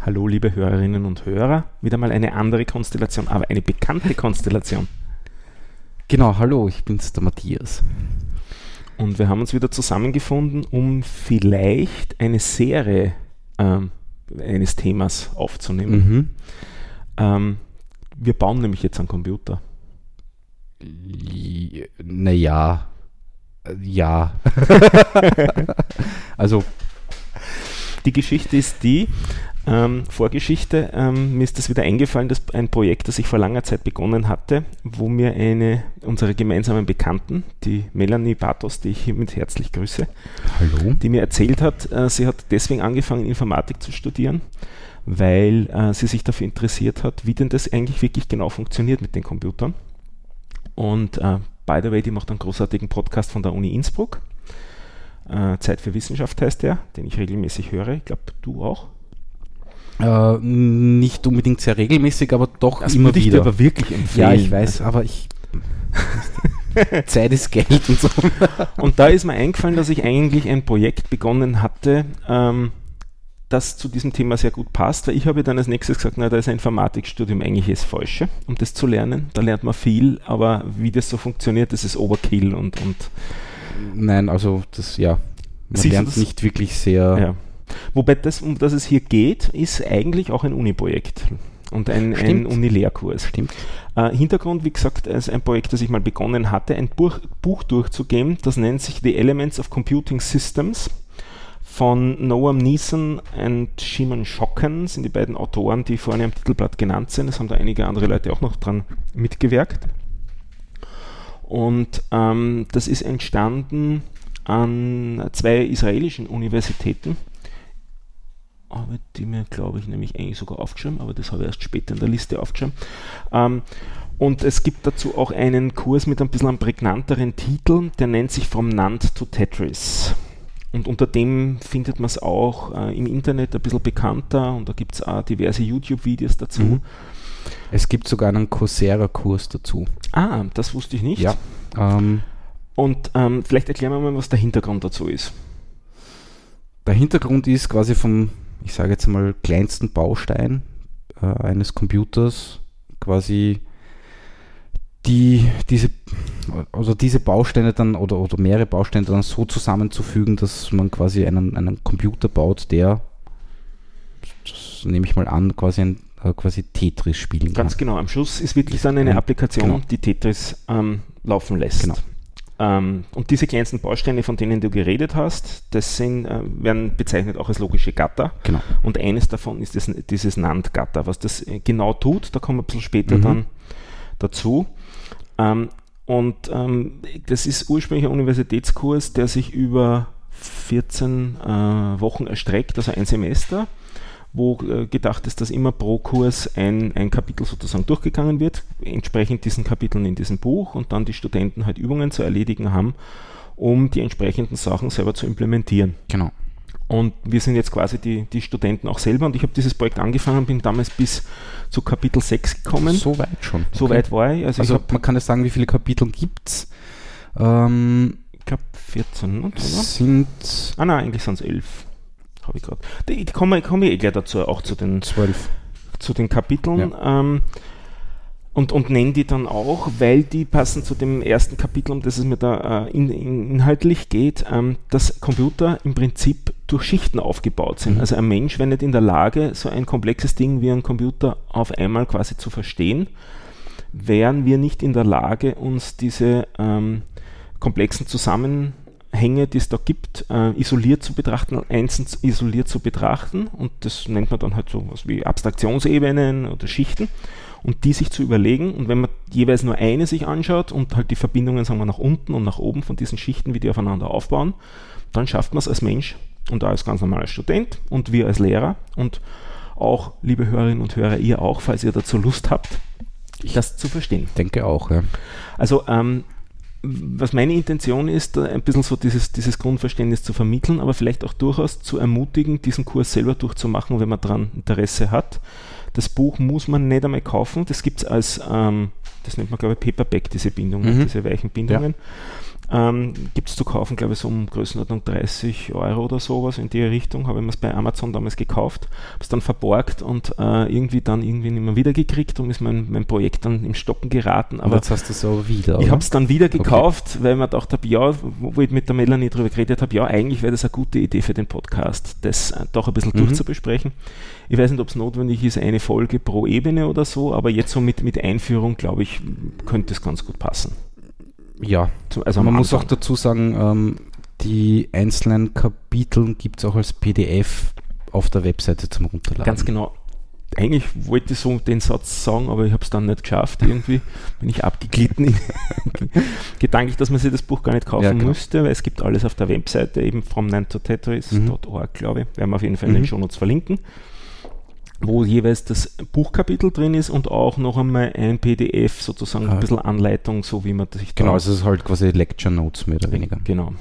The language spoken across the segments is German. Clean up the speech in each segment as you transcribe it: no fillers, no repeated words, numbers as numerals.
Hallo liebe Hörerinnen und Hörer, wieder mal eine andere Konstellation, aber eine bekannte Konstellation. Genau, hallo, ich bin's, der Matthias. Und wir haben uns wieder zusammengefunden, um vielleicht eine Serie eines Themas aufzunehmen. Wir bauen nämlich jetzt einen Computer. Naja, ja. Also die Geschichte ist die, Vorgeschichte, mir ist das wieder eingefallen, dass ein Projekt, das ich vor langer Zeit begonnen hatte, wo mir eine unserer gemeinsamen Bekannten, die Melanie Bartos, die ich hiermit herzlich grüße, hallo, die mir erzählt hat, sie hat deswegen angefangen, Informatik zu studieren, weil sie sich dafür interessiert hat, wie denn das eigentlich wirklich genau funktioniert mit den Computern. Und by the way, die macht einen großartigen Podcast von der Uni Innsbruck. Zeit für Wissenschaft heißt der, den ich regelmäßig höre. Ich glaube, du auch. Nicht unbedingt sehr regelmäßig, aber doch das immer würde ich wieder. Dir aber wirklich empfehlen. Ja, ich weiß, aber Zeit ist Geld und so. Und da ist mir eingefallen, dass ich eigentlich ein Projekt begonnen hatte, das zu diesem Thema sehr gut passt, weil ich habe dann als nächstes gesagt, na, da ist ein Informatikstudium eigentlich das Falsche, um das zu lernen. Da lernt man viel, aber wie das so funktioniert, das ist Overkill und Nein, also das, ja, man lernt das nicht wirklich sehr... Ja. Wobei das, um das es hier geht, ist eigentlich auch ein Uni-Projekt und ein Uni-Lehrkurs. Stimmt. Hintergrund, wie gesagt, ist ein Projekt, das ich mal begonnen hatte, ein Buch durchzugeben, das nennt sich The Elements of Computing Systems von Noam Neeson und Shimon Schocken, sind die beiden Autoren, die vorne am Titelblatt genannt sind. Es haben da einige andere Leute auch noch dran mitgewirkt. Und das ist entstanden an 2 israelischen Universitäten. Habe die mir, glaube ich, nämlich eigentlich sogar aufgeschrieben, aber das habe ich erst später in der Liste aufgeschrieben. Und es gibt dazu auch einen Kurs mit ein bisschen einem prägnanteren Titel, der nennt sich From NAND to Tetris. Und unter dem findet man es auch im Internet ein bisschen bekannter und da gibt es auch diverse YouTube-Videos dazu. Es gibt sogar einen Coursera-Kurs dazu. Ah, das wusste ich nicht. Ja. Und vielleicht erklären wir mal, was der Hintergrund dazu ist. Der Hintergrund ist quasi vom, ich sage jetzt mal, kleinsten Baustein eines Computers quasi diese Bausteine dann oder mehrere Bausteine dann so zusammenzufügen, dass man quasi einen Computer baut, der, das nehme ich mal an, quasi Tetris spielen kann. Ganz genau, am Schluss ist wirklich dann eine Applikation, genau, die Tetris laufen lässt. Genau. Und diese kleinsten Bausteine, von denen du geredet hast, das werden bezeichnet auch als logische Gatter. Genau. Und eines davon ist dieses NAND-Gatter. Was das genau tut, da kommen wir ein bisschen später dann dazu. Das ist ursprünglich ein Universitätskurs, der sich über 14 Wochen erstreckt, also ein Semester, wo gedacht ist, dass immer pro Kurs ein Kapitel sozusagen durchgegangen wird, entsprechend diesen Kapiteln in diesem Buch und dann die Studenten halt Übungen zu erledigen haben, um die entsprechenden Sachen selber zu implementieren. Genau. Und wir sind jetzt quasi die Studenten auch selber und ich habe dieses Projekt angefangen, bin damals bis zu Kapitel 6 gekommen. So weit schon. So weit war ich. Also man kann ja sagen, wie viele Kapitel gibt es? Ich glaube 14, oder? Nein, eigentlich sind es 11. Habe ich gerade. Ich komme gleich dazu, auch zu den 12. Zu den Kapiteln. Ja. Und nenne die dann auch, weil die passen zu dem ersten Kapitel, um das es mir da inhaltlich geht, dass Computer im Prinzip durch Schichten aufgebaut sind. Also ein Mensch wäre nicht in der Lage, so ein komplexes Ding wie ein Computer auf einmal quasi zu verstehen, wären wir nicht in der Lage, uns diese komplexen Zusammenhänge, die es da gibt, isoliert zu betrachten, einzeln isoliert zu betrachten, und das nennt man dann halt so was wie Abstraktionsebenen oder Schichten, und die sich zu überlegen, und wenn man jeweils nur eine sich anschaut und halt die Verbindungen, sagen wir, nach unten und nach oben von diesen Schichten, wie die aufeinander aufbauen, dann schafft man es als Mensch und da als ganz normaler Student und wir als Lehrer und auch, liebe Hörerinnen und Hörer, ihr auch, falls ihr dazu Lust habt, das zu verstehen. Ich denke auch, ja. Also, was meine Intention ist, ein bisschen so dieses Grundverständnis zu vermitteln, aber vielleicht auch durchaus zu ermutigen, diesen Kurs selber durchzumachen, wenn man daran Interesse hat. Das Buch muss man nicht einmal kaufen, das gibt es als, das nennt man, glaube ich, Paperback, diese Bindungen, diese weichen Bindungen. Gibt es zu kaufen, glaube ich, so um Größenordnung 30 Euro oder sowas in die Richtung. Habe ich mir es bei Amazon damals gekauft, habe es dann verborgt und irgendwie nicht mehr wieder gekriegt und ist mein Projekt dann im Stocken geraten. Aber jetzt hast du es aber wieder, ich habe es dann wieder gekauft, weil ich mir gedacht habe, ja, wo ich mit der Melanie drüber geredet habe, ja, eigentlich wäre das eine gute Idee für den Podcast, das doch ein bisschen durchzubesprechen. Ich weiß nicht, ob es notwendig ist, eine Folge pro Ebene oder so, aber jetzt so mit Einführung, glaube ich, könnte es ganz gut passen. Ja, also man muss auch dazu sagen, die einzelnen Kapitel gibt es auch als PDF auf der Webseite zum Runterladen. Ganz genau. Eigentlich wollte ich so den Satz sagen, aber ich habe es dann nicht geschafft. Irgendwie bin ich abgeglitten. Gedanklich, dass man sich das Buch gar nicht kaufen müsste, weil es gibt alles auf der Webseite, eben from 9totetris.org, glaube ich. Werden wir auf jeden Fall in den Shownotes verlinken, wo jeweils das Buchkapitel drin ist und auch noch einmal ein PDF, sozusagen ein bisschen Anleitung, so wie man sich Genau, also es ist halt quasi Lecture Notes mehr oder weniger. Genau.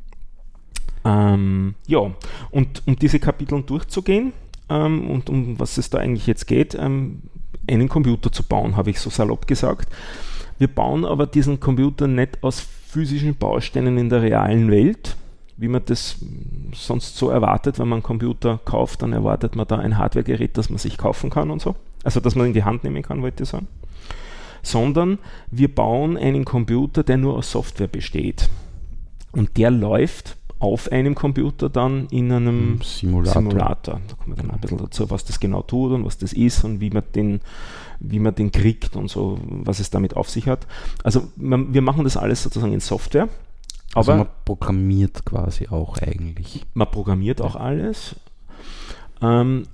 Ja, und um diese Kapitel durchzugehen und um was es da eigentlich jetzt geht, einen Computer zu bauen, habe ich so salopp gesagt. Wir bauen aber diesen Computer nicht aus physischen Bausteinen in der realen Welt, wie man das sonst so erwartet. Wenn man einen Computer kauft, dann erwartet man da ein Hardwaregerät, das man sich kaufen kann und so. Also, dass man in die Hand nehmen kann, wollte ich sagen. Sondern wir bauen einen Computer, der nur aus Software besteht. Und der läuft auf einem Computer dann in einem Simulator. Da kommen wir dann ein bisschen dazu, was das genau tut und was das ist und wie man den kriegt und so, was es damit auf sich hat. Also, wir machen das alles sozusagen in Software. Also man programmiert quasi auch eigentlich. Man programmiert auch alles. Und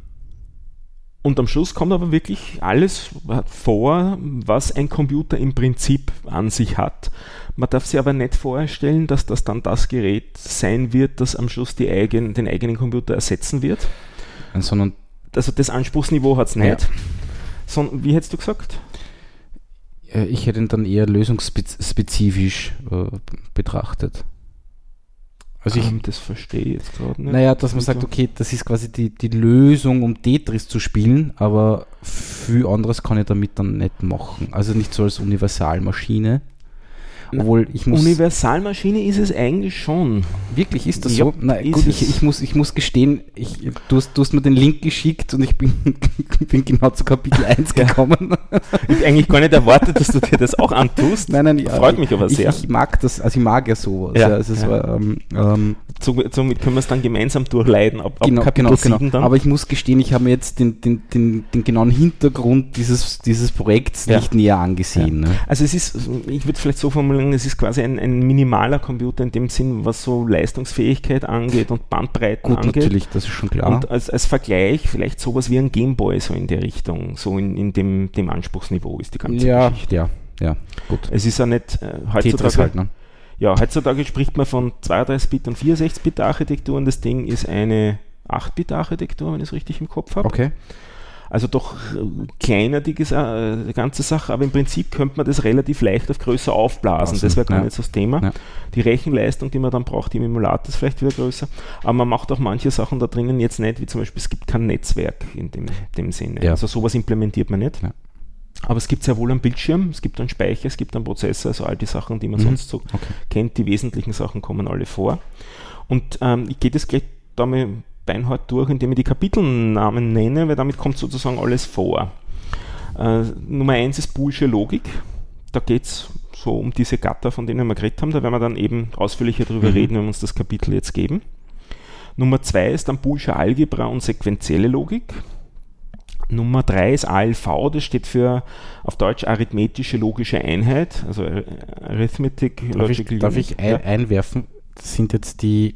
am Schluss kommt aber wirklich alles vor, was ein Computer im Prinzip an sich hat. Man darf sich aber nicht vorstellen, dass das dann das Gerät sein wird, das am Schluss den eigenen Computer ersetzen wird. Sondern also das Anspruchsniveau hat es nicht. Wie hättest du gesagt? Ich hätte ihn dann eher lösungsspezifisch betrachtet. Also das verstehe ich jetzt gerade nicht. Naja, dass man sagt, okay, das ist quasi die Lösung, um Tetris zu spielen, aber viel anderes kann ich damit dann nicht machen. Also nicht so als Universalmaschine. Obwohl Universalmaschine ist es eigentlich schon. Wirklich, ist das so? Na gut, ich muss gestehen, du hast mir den Link geschickt und ich bin genau zu Kapitel 1 gekommen. Ich habe eigentlich gar nicht erwartet, dass du dir das auch antust. Nein, freut mich aber sehr. Ich mag das, also ich mag ja sowas. Ja, also es war, somit können wir es dann gemeinsam durchleiden, ab Kapitel 7 dann. Aber ich muss gestehen, ich habe mir jetzt den genauen Hintergrund dieses Projekts nicht näher angesehen. Ja. Ne? Also es ist, ich würde vielleicht so formulieren, es ist quasi ein minimaler Computer in dem Sinn, was so Leistungsfähigkeit angeht und Bandbreiten angeht. Natürlich, das ist schon klar. Und als Vergleich vielleicht sowas wie ein Gameboy so in der Richtung, so in dem Anspruchsniveau ist die ganze Geschichte. Ja, gut. Es ist ja nicht heutzutage halt, ne? Ja, heutzutage spricht man von 32-Bit- und 64-Bit-Architektur und das Ding ist eine 8-Bit-Architektur, wenn ich es richtig im Kopf habe. Okay. Also doch kleiner die ganze Sache, aber im Prinzip könnte man das relativ leicht auf größer aufblasen. Das wäre gar nicht so das Thema. Ja. Die Rechenleistung, die man dann braucht im Emulator, ist vielleicht wieder größer. Aber man macht auch manche Sachen da drinnen jetzt nicht, wie zum Beispiel, es gibt kein Netzwerk in dem Sinne. Ja. Also sowas implementiert man nicht. Ja. Aber es gibt sehr wohl einen Bildschirm, es gibt einen Speicher, es gibt einen Prozessor, also all die Sachen, die man sonst so kennt. Die wesentlichen Sachen kommen alle vor. Und ich gehe das gleich damit beinhart durch, indem ich die Kapitelnamen nenne, weil damit kommt sozusagen alles vor. Nummer 1 ist Boolsche Logik. Da geht es so um diese Gatter, von denen wir geredet haben. Da werden wir dann eben ausführlicher drüber reden, wenn wir uns das Kapitel jetzt geben. Nummer 2 ist dann Boolsche Algebra und sequenzielle Logik. Nummer 3 ist ALV, das steht für auf Deutsch arithmetische logische Einheit, also Arithmetic Logical Unit. Darf ich einwerfen? Das sind jetzt die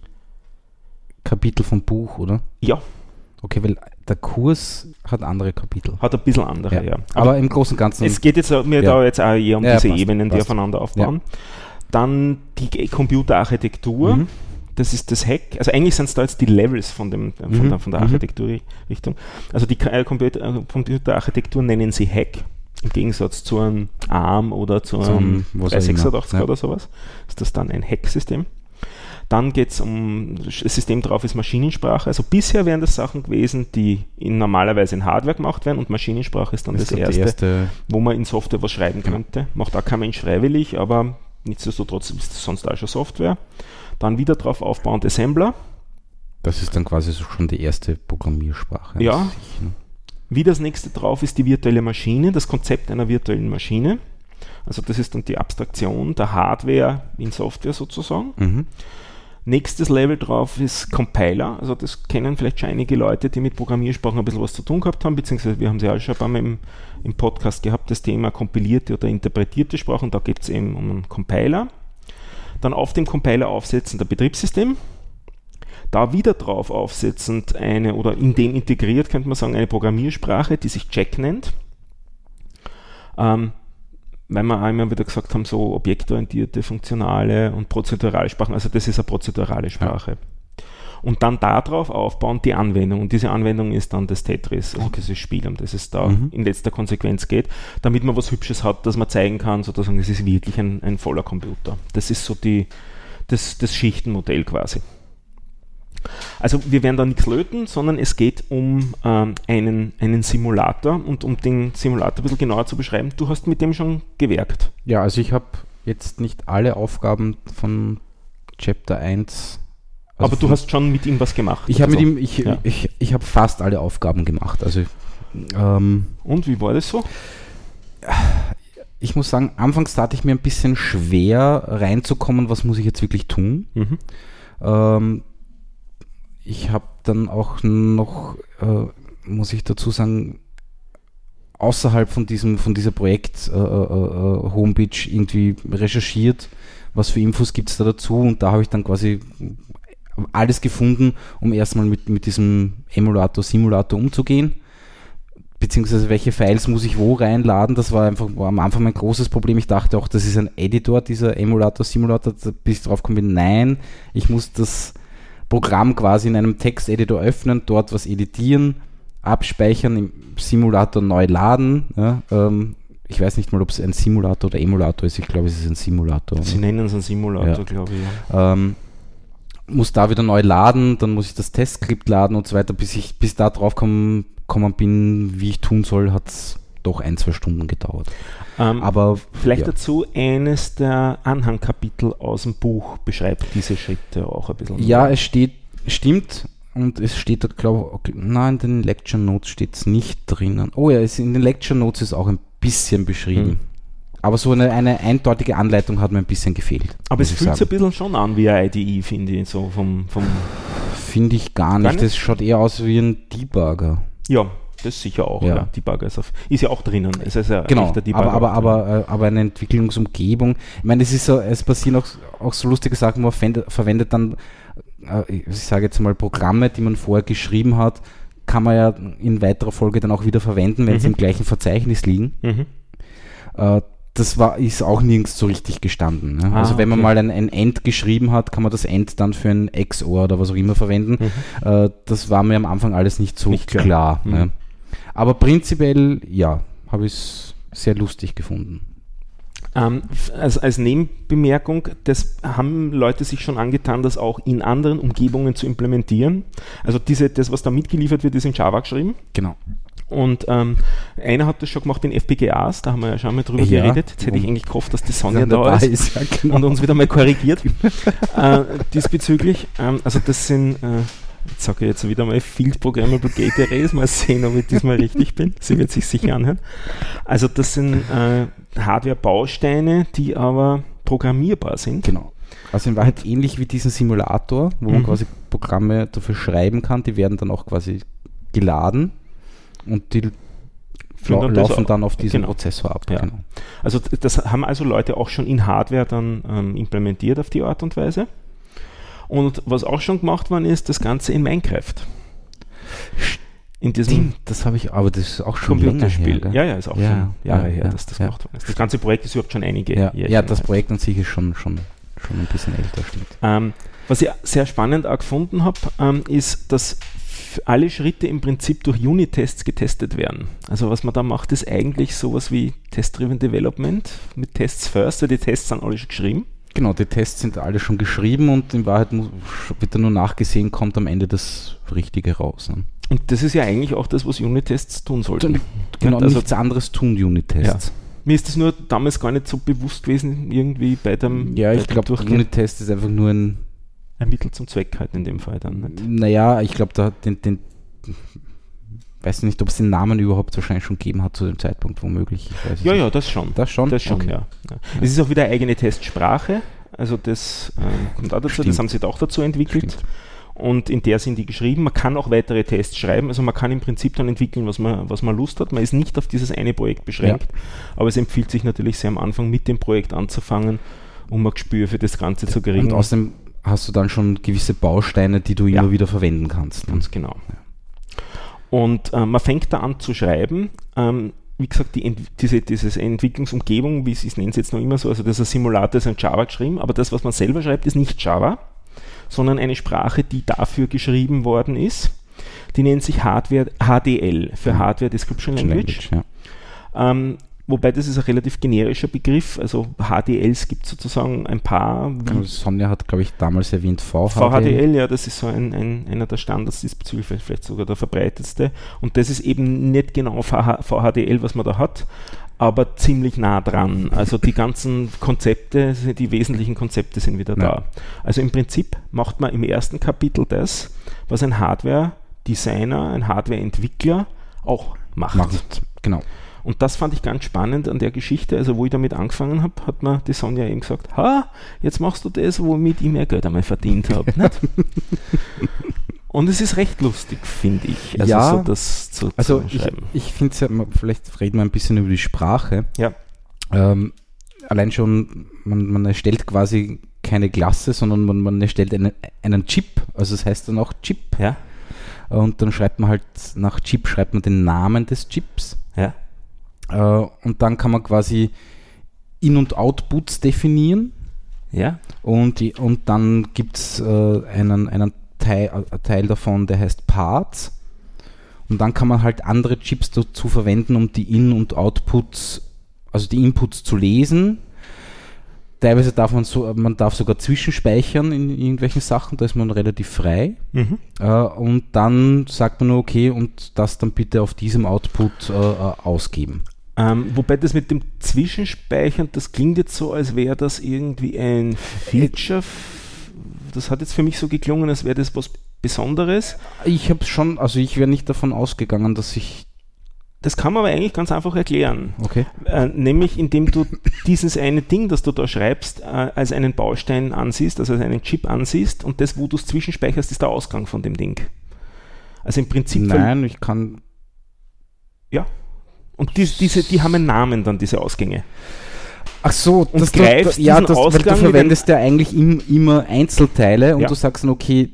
Kapitel vom Buch, oder? Ja. Okay, weil der Kurs hat andere Kapitel. Hat ein bisschen andere, ja. Aber im Großen und Ganzen... Es geht jetzt mir da jetzt auch eher um diese Ebenen, die aufeinander aufbauen. Ja. Dann die Computerarchitektur. Das ist das Hack. Also eigentlich sind es da jetzt die Levels von der Architekturrichtung. Also die Computerarchitektur nennen sie Hack. Im Gegensatz zu einem ARM oder zu einem 386 oder sowas. Ist das dann ein Hack-System. Dann geht es um, das System drauf ist Maschinensprache. Also bisher wären das Sachen gewesen, die normalerweise in Hardware gemacht werden und Maschinensprache ist dann das erste, wo man in Software was schreiben könnte. Macht auch kein Mensch freiwillig, aber nichtsdestotrotz ist das sonst auch schon Software. Dann wieder drauf aufbauend Assembler. Das ist dann quasi so schon die erste Programmiersprache. Ja. Wie das nächste drauf ist die virtuelle Maschine, das Konzept einer virtuellen Maschine. Also das ist dann die Abstraktion der Hardware in Software sozusagen. Mhm. Nächstes Level drauf ist Compiler, also das kennen vielleicht schon einige Leute, die mit Programmiersprachen ein bisschen was zu tun gehabt haben, beziehungsweise wir haben sie ja schon ein paar Mal im Podcast gehabt, das Thema kompilierte oder interpretierte Sprachen, da geht es eben um einen Compiler. Dann auf dem Compiler aufsetzen der Betriebssystem, da wieder drauf aufsetzend eine, oder in dem integriert, könnte man sagen, eine Programmiersprache, die sich Jack nennt. Weil wir einmal wieder gesagt haben, so objektorientierte, funktionale und prozedurale Sprachen, also das ist eine prozedurale Sprache. Ja. Und dann darauf aufbauen die Anwendung. Und diese Anwendung ist dann das Tetris, also dieses Spiel, um das es da in letzter Konsequenz geht, damit man was Hübsches hat, dass man zeigen kann, sozusagen, es ist wirklich ein voller Computer. Das ist so das Schichtenmodell quasi. Also wir werden da nichts löten, sondern es geht um einen Simulator, und um den Simulator ein bisschen genauer zu beschreiben, du hast mit dem schon gewerkt. Ja, also ich habe jetzt nicht alle Aufgaben von Chapter 1. Also aber du hast schon mit ihm was gemacht. Ich habe mit ihm, ich habe fast alle Aufgaben gemacht. Also, und wie war das so? Ich muss sagen, anfangs tat ich mir ein bisschen schwer reinzukommen, was muss ich jetzt wirklich tun. Ich habe dann auch noch, muss ich dazu sagen, außerhalb von dieser Projekt-Homepage irgendwie recherchiert, was für Infos gibt es da dazu, und da habe ich dann quasi alles gefunden, um erstmal mit diesem Emulator, Simulator umzugehen, beziehungsweise welche Files muss ich wo reinladen. Das war am Anfang mein großes Problem. Ich dachte auch, das ist ein Editor, dieser Emulator, Simulator, bis ich drauf komme, nein, ich muss das Programm quasi in einem Texteditor öffnen, dort was editieren, abspeichern, im Simulator neu laden. Ja, ich weiß nicht mal, ob es ein Simulator oder Emulator ist. Ich glaube, es ist ein Simulator. Sie nennen es einen Simulator, glaube ich. Ja. Muss da wieder neu laden, dann muss ich das Testskript laden und so weiter. Bis da drauf gekommen bin, wie ich tun soll, hat es doch 1-2 Stunden gedauert. Aber vielleicht dazu, eines der Anhangkapitel aus dem Buch beschreibt diese Schritte auch ein bisschen. Ja, es stimmt, und es steht da, glaube ich, nein, in den Lecture Notes steht es nicht drinnen. Oh ja, in den Lecture Notes ist auch ein bisschen beschrieben. Aber so eine eindeutige Anleitung hat mir ein bisschen gefehlt. Aber es fühlt sich ein bisschen schon an wie ein IDE, finde ich, so vom finde ich gar nicht. Das schaut eher aus wie ein Debugger. Ja, das sicher auch. Ja. Debugger ist ja auch drinnen. Es ist ja genau, aber eine Entwicklungsumgebung. Ich meine, es passieren auch so lustige Sachen, man verwendet dann, ich sage jetzt mal, Programme, die man vorher geschrieben hat, kann man ja in weiterer Folge dann auch wieder verwenden, wenn sie im gleichen Verzeichnis liegen. Das ist auch nirgends so richtig gestanden. Ne? Also wenn man mal ein End geschrieben hat, kann man das End dann für ein XOR oder was auch immer verwenden. Das war mir am Anfang alles nicht so klar. Ne? Aber prinzipiell, ja, habe ich es sehr lustig gefunden. Als Nebenbemerkung, das haben Leute sich schon angetan, das auch in anderen Umgebungen zu implementieren. Also das, was da mitgeliefert wird, ist in Java geschrieben. Genau. Und einer hat das schon gemacht in FPGAs, da haben wir ja schon mal drüber geredet. Jetzt hätte ich eigentlich gehofft, dass die Sonja da ist und uns wieder mal korrigiert diesbezüglich. Also das sind, jetzt sage ich jetzt wieder mal, Field Programmable Gate Arrays, mal sehen, ob ich diesmal richtig bin. Sie wird sich sicher anhören. Also das sind Hardware-Bausteine, die aber programmierbar sind. Genau. Also in Wahrheit ähnlich wie diesen Simulator, wo man quasi Programme dafür schreiben kann, die werden dann auch quasi geladen. Und die laufen dann auf diesen Prozessor ab. Ja. Genau. Also das haben also Leute auch schon in Hardware dann implementiert auf die Art und Weise. Und was auch schon gemacht worden ist, das Ganze in Minecraft. In diesem das habe ich, aber das ist auch schon Computerspiel. Länger her, ja, ist auch schon Jahre her, dass das gemacht worden ist. Das ganze Projekt ist überhaupt schon einige Jahre. Ja, das Projekt an sich ist schon ein bisschen älter, stimmt. Was ich sehr spannend auch gefunden habe, ist, dass alle Schritte im Prinzip durch Unit-Tests getestet werden. Also was man da macht, ist eigentlich sowas wie Test-Driven Development mit Tests first, weil die Tests sind alle schon geschrieben. Genau, die Tests sind alle schon geschrieben und in Wahrheit wird dann nur nachgesehen, kommt am Ende das Richtige raus. Ne? Und das ist ja eigentlich auch das, was Unit-Tests tun sollten. Genau, also nichts anderes tun Unit-Tests. Mir ist das nur damals gar nicht so bewusst gewesen, irgendwie bei dem Ja, bei ich dem glaube, der Unit-Test ist einfach nur ein Mittel zum Zweck halt in dem Fall dann nicht. Naja, ich glaube, da weiß nicht, ob es den Namen überhaupt wahrscheinlich schon gegeben hat zu dem Zeitpunkt, womöglich. Ich weiß es Ja, nicht. ja, das schon. Das schon? Das schon, Okay. ja. Es ist auch wieder eine eigene Testsprache, also das kommt auch dazu, Stimmt. das haben sie da auch dazu entwickelt. Stimmt. Und in der sind die geschrieben. Man kann auch weitere Tests schreiben, also man kann im Prinzip dann entwickeln, was man Lust hat. Man ist nicht auf dieses eine Projekt beschränkt, aber es empfiehlt sich natürlich sehr am Anfang mit dem Projekt anzufangen, um ein Gespür für das Ganze zu kriegen. Und außerdem hast du dann schon gewisse Bausteine, die du immer wieder verwenden kannst. Ganz genau. Und man fängt da an zu schreiben. Wie gesagt, diese Entwicklungsumgebung, wie ich nenne es jetzt noch immer so, also das ist ein Simulator, ist in Java geschrieben, aber das, was man selber schreibt, ist nicht Java, sondern eine Sprache, die dafür geschrieben worden ist. Die nennt sich HDL, für Hardware Description Language. Ja. Wobei das ist ein relativ generischer Begriff, also HDLs gibt es sozusagen ein paar. Sonja hat, glaube ich, damals erwähnt VHDL, ja, das ist so einer der Standards diesbezüglich, vielleicht sogar der verbreitetste. Und das ist eben nicht genau VHDL, was man da hat, aber ziemlich nah dran. Also die ganzen Konzepte, die wesentlichen Konzepte sind wieder da. Also im Prinzip macht man im ersten Kapitel das, was ein Hardware-Designer, ein Hardware-Entwickler auch macht. Genau. Und das fand ich ganz spannend an der Geschichte. Also wo ich damit angefangen habe, hat mir die Sonja eben gesagt, jetzt machst du das, womit ich mehr Geld einmal verdient habe. Und es ist recht lustig, finde ich. Also ja, so das zu schreiben. Ich finde es ja, vielleicht reden wir ein bisschen über die Sprache. Ja. Allein schon, man erstellt quasi keine Klasse, sondern man erstellt einen Chip. Also das heißt dann auch Chip. Ja. Und dann schreibt man halt nach Chip, schreibt man den Namen des Chips. Ja. Und dann kann man quasi In- und Outputs definieren. Ja. Und dann gibt es einen Teil davon, der heißt Parts. Und dann kann man halt andere Chips dazu verwenden, um die In- und Outputs, also die Inputs zu lesen. Teilweise darf man darf sogar zwischenspeichern in irgendwelchen Sachen, da ist man relativ frei. Mhm. Und dann sagt man nur, okay, und das dann bitte auf diesem Output ausgeben. Wobei das mit dem Zwischenspeichern, das klingt jetzt so, als wäre das irgendwie ein Feature. Das hat jetzt für mich so geklungen, als wäre das was Besonderes. Ich wäre nicht davon ausgegangen, dass ich... Das kann man aber eigentlich ganz einfach erklären. Okay. Nämlich indem du dieses eine Ding, das du da schreibst, als einen Baustein ansiehst, also als einen Chip ansiehst, und das, wo du es zwischenspeicherst, ist der Ausgang von dem Ding. Also im Prinzip... Nein, ich kann... Ja. Und die haben einen Namen dann, diese Ausgänge. Ach so, und greifst diesen Ausgang, weil du verwendest ja eigentlich immer Einzelteile und ja. du sagst dann, okay,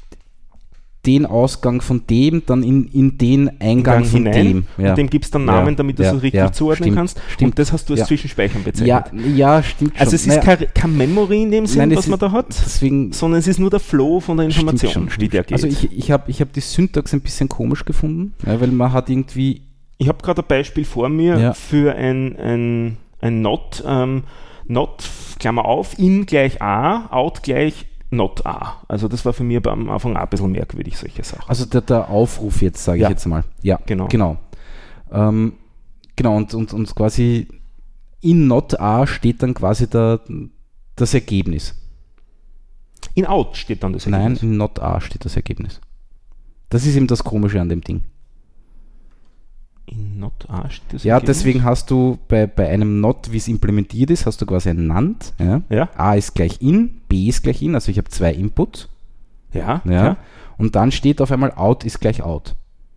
den Ausgang von dem, dann in den Eingang von hinein, dem. Ja. Und dem gibst du dann Namen, damit du es richtig zuordnen kannst. Stimmt. Und das hast du als Zwischenspeichern bezeichnet. Ja, stimmt schon. Also es ist kein Memory in dem Sinn, was man da hat, sondern es ist nur der Flow von der Information, wie der geht. Also ich hab die Syntax ein bisschen komisch gefunden, weil man hat irgendwie... Ich habe gerade ein Beispiel vor mir für ein Not, Not, Klammer auf, in gleich A, out gleich Not A. Also das war für mich am Anfang auch ein bisschen merkwürdig, solche Sachen. Also der Aufruf jetzt, sage ich jetzt mal. Ja, genau. Genau, und quasi in Not A steht dann quasi das Ergebnis. In Out steht dann das Ergebnis? Nein, in Not A steht das Ergebnis. Das ist eben das Komische an dem Ding. In Not A steht das Ja, Ergebnis? deswegen hast du bei einem Not, wie es implementiert ist, hast du quasi ein NAND. Ja? A ist gleich in, B ist gleich in, also ich habe 2 Inputs. Ja. Und dann steht auf einmal Out ist gleich Out.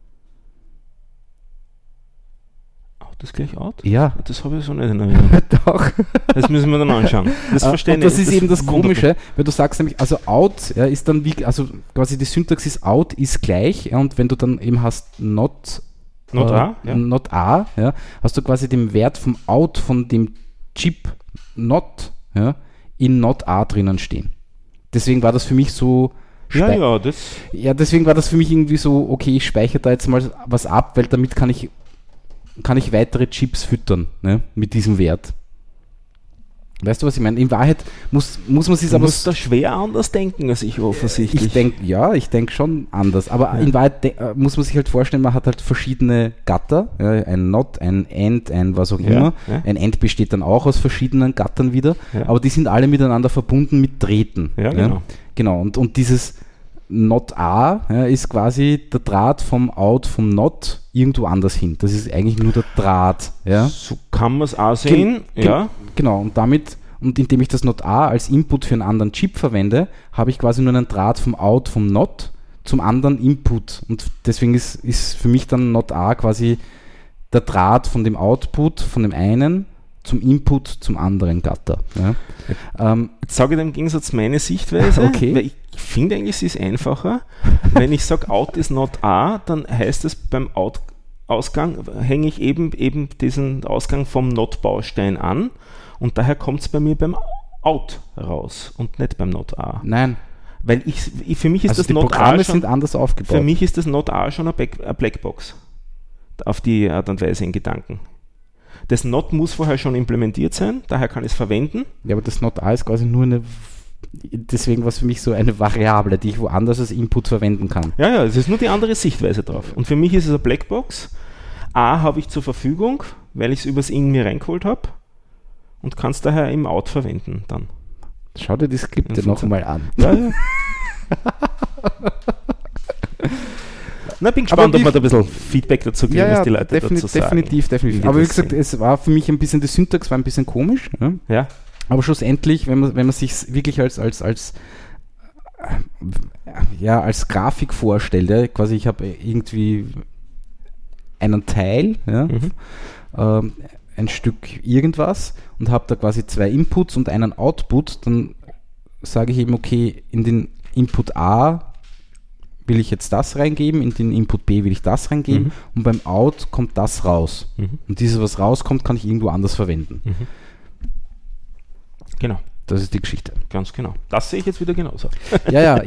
Out ist gleich Out? Ja. Das habe ich so nicht in Erinnerung. Doch. Das müssen wir dann anschauen. Das verstehe ich. Das ist eben das Komische, weil du sagst nämlich, also Out ist dann wie, also quasi die Syntax ist Out ist gleich, und wenn du dann eben hast Not A, hast du quasi den Wert vom Out von dem Chip Not in Not A drinnen stehen. Deswegen war das für mich so... deswegen war das für mich irgendwie so, okay, ich speichere da jetzt mal was ab, weil damit kann ich weitere Chips füttern, mit diesem Wert. Weißt du, was ich meine? In Wahrheit muss man sich Du aber... musst da schwer anders denken als ich offensichtlich. Ich denke schon anders. Aber in Wahrheit muss man sich halt vorstellen, man hat halt verschiedene Gatter. Ja, ein Not, ein End, ein was auch immer. Ja. Ein End besteht dann auch aus verschiedenen Gattern wieder. Ja. Aber die sind alle miteinander verbunden mit Drähten. Ja, genau. Genau. Und dieses Not A ist quasi der Draht vom Out, vom Not irgendwo anders hin. Das ist eigentlich nur der Draht. Ja? So kann man es auch sehen. Genau, und indem ich das Not A als Input für einen anderen Chip verwende, habe ich quasi nur einen Draht vom Out, vom Not zum anderen Input. Und deswegen ist für mich dann Not A quasi der Draht von dem Output, von dem einen zum Input zum anderen Gatter. Ja. Jetzt sage ich im Gegensatz meine Sichtweise, Okay. weil ich finde eigentlich, es ist einfacher. Wenn ich sage, Out ist Not A, dann heißt es beim Ausgang hänge ich eben diesen Ausgang vom Not-Baustein an und daher kommt es bei mir beim Out raus und nicht beim Not A. Nein. Weil für mich ist Also das die Not Programme A schon, sind anders aufgebaut. für mich ist das Not A schon eine Blackbox. Auf die Art und Weise in Gedanken. Das Not muss vorher schon implementiert sein, daher kann ich es verwenden. Ja, aber das Not A ist quasi nur deswegen war es für mich so eine Variable, die ich woanders als Input verwenden kann. Ja, es ist nur die andere Sichtweise drauf. Und für mich ist es eine Blackbox. A habe ich zur Verfügung, weil ich es übers In mir reingeholt habe und kann es daher im Out verwenden dann. Schau dir die Skripte noch mal an. Ja. Na, bin gespannt, ob man da ein bisschen Feedback dazu kriegen, was die Leute dazu sagen. Definitiv. Aber wie gesagt, es war für mich ein bisschen, die Syntax war ein bisschen komisch. Ja. Aber schlussendlich, wenn man sich wirklich als Grafik vorstellt, quasi ich habe irgendwie einen Teil, ein Stück irgendwas und habe da quasi 2 Inputs und einen Output, dann sage ich eben, okay, in den Input A will ich jetzt das reingeben, in den Input B will ich das reingeben und beim Out kommt das raus. Und dieses, was rauskommt, kann ich irgendwo anders verwenden. Genau. Das ist die Geschichte. Ganz genau. Das sehe ich jetzt wieder genauso. Ja,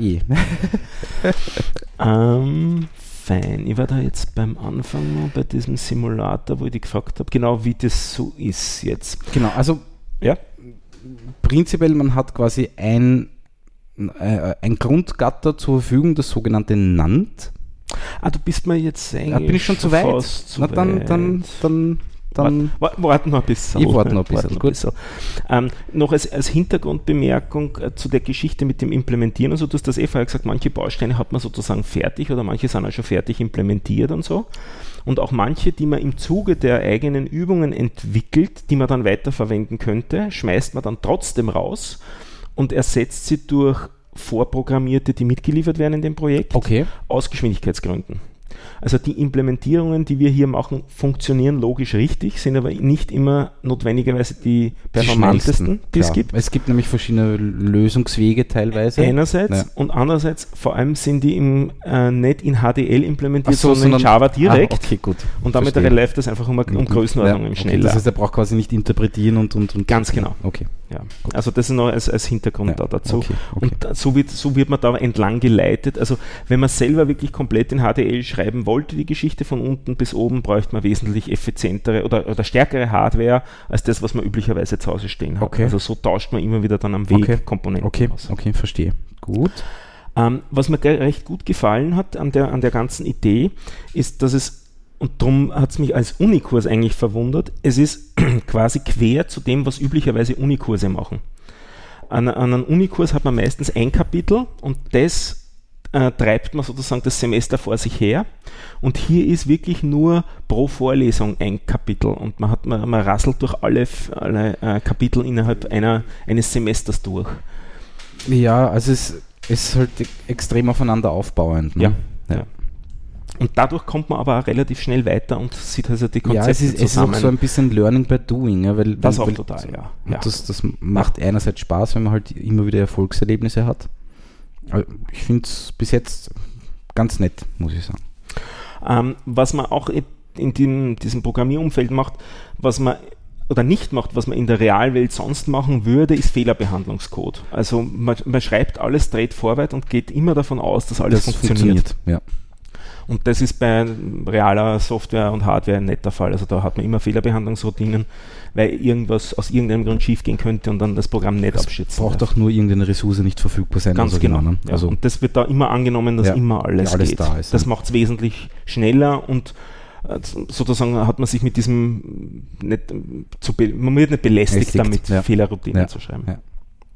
Fein. Ich war da jetzt beim Anfang noch bei diesem Simulator, wo ich dich gefragt habe, genau wie das so ist jetzt. Genau, also prinzipiell, man hat quasi ein Grundgatter zur Verfügung, das sogenannte NAND. Du bist mir jetzt eigentlich bin ich schon zu weit? Na, dann warten wir ein bisschen. Ich warte noch ein bisschen. Noch als Hintergrundbemerkung zu der Geschichte mit dem Implementieren und so, du hast das vorher gesagt, manche Bausteine hat man sozusagen fertig oder manche sind auch schon fertig implementiert und so. Und auch manche, die man im Zuge der eigenen Übungen entwickelt, die man dann weiterverwenden könnte, schmeißt man dann trotzdem raus und ersetzt sie durch vorprogrammierte, die mitgeliefert werden in dem Projekt, aus Geschwindigkeitsgründen. Also die Implementierungen, die wir hier machen, funktionieren logisch richtig, sind aber nicht immer notwendigerweise die performantesten, die es gibt. Es gibt nämlich verschiedene Lösungswege teilweise. Einerseits und andererseits, vor allem sind die nicht in HDL implementiert, sondern in Java direkt. Okay, gut. Und damit läuft das einfach um Größenordnungen schneller. Das heißt, er braucht quasi nicht interpretieren und ganz genau. Okay. Ja. Also das ist noch als Hintergrund dazu. Okay. Und so wird man da entlang geleitet. Also wenn man selber wirklich komplett in HDL schreiben wollte, die Geschichte von unten bis oben, bräuchte man wesentlich effizientere oder stärkere Hardware als das, was man üblicherweise zu Hause stehen hat. Okay. Also so tauscht man immer wieder dann am Weg Komponenten aus. Okay, verstehe. Gut. Was mir recht gut gefallen hat an der ganzen Idee, ist, dass es, und darum hat es mich als Unikurs eigentlich verwundert, es ist quasi quer zu dem, was üblicherweise Unikurse machen. An einem Unikurs hat man meistens ein Kapitel und das treibt man sozusagen das Semester vor sich her. Und hier ist wirklich nur pro Vorlesung ein Kapitel und man rasselt durch alle Kapitel innerhalb eines Semesters durch. Ja, also es ist halt extrem aufeinander aufbauend. Ne? Ja. Und dadurch kommt man aber auch relativ schnell weiter und sieht also die Konzepte zusammen. Es ist auch so ein bisschen Learning by Doing. Ja, total, ja. Das macht einerseits Spaß, wenn man halt immer wieder Erfolgserlebnisse hat. Ich finde es bis jetzt ganz nett, muss ich sagen. Was man auch in diesem Programmierumfeld macht, was man oder nicht macht, was man in der Realwelt sonst machen würde, ist Fehlerbehandlungscode. Also man schreibt alles straightforward und geht immer davon aus, dass alles funktioniert. Ja. Und das ist bei realer Software und Hardware nicht der Fall. Also da hat man immer Fehlerbehandlungsroutinen, weil irgendwas aus irgendeinem Grund schief gehen könnte und dann das Programm nicht abschützen braucht auch nur irgendeine Ressource nicht verfügbar sein. Ganz genau. Ja. Also und das wird da immer angenommen, dass immer alles geht. Da ist, das macht es wesentlich schneller und sozusagen hat man sich mit diesem man wird nicht belästigt damit, Fehlerroutinen zu schreiben. Ja.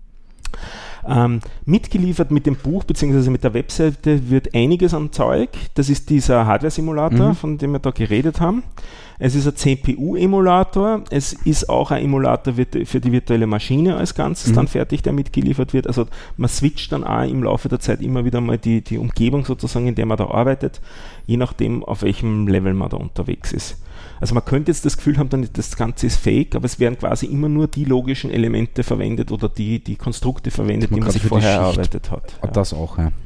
Mitgeliefert mit dem Buch bzw. mit der Webseite wird einiges an Zeug. Das ist dieser Hardware-Simulator, von dem wir da geredet haben. Es ist ein CPU-Emulator. Es ist auch ein Emulator für die virtuelle Maschine als Ganzes dann fertig, der mitgeliefert wird. Also man switcht dann auch im Laufe der Zeit immer wieder mal die Umgebung sozusagen, in der man da arbeitet, je nachdem, auf welchem Level man da unterwegs ist. Also man könnte jetzt das Gefühl haben, das Ganze ist fake, aber es werden quasi immer nur die logischen Elemente verwendet oder die Konstrukte verwendet, die man sich vorher erarbeitet hat. Das auch, ja.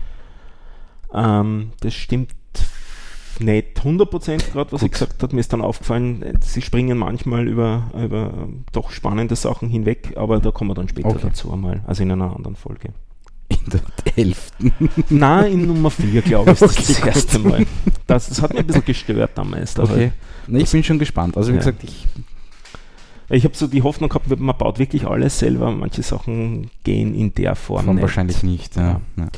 Das stimmt nicht 100% gerade, was ich gesagt habe. Mir ist dann aufgefallen, sie springen manchmal über doch spannende Sachen hinweg, aber da kommen wir dann später dazu einmal, also in einer anderen Folge. In der 11. Nein, in Nummer 4, glaube ich, ist das erste Mal. Das hat mich ein bisschen gestört damals. Ich bin schon gespannt. Also wie gesagt, ich habe so die Hoffnung gehabt, man baut wirklich alles selber. Manche Sachen gehen in der Form nicht. Wahrscheinlich nicht. Ja.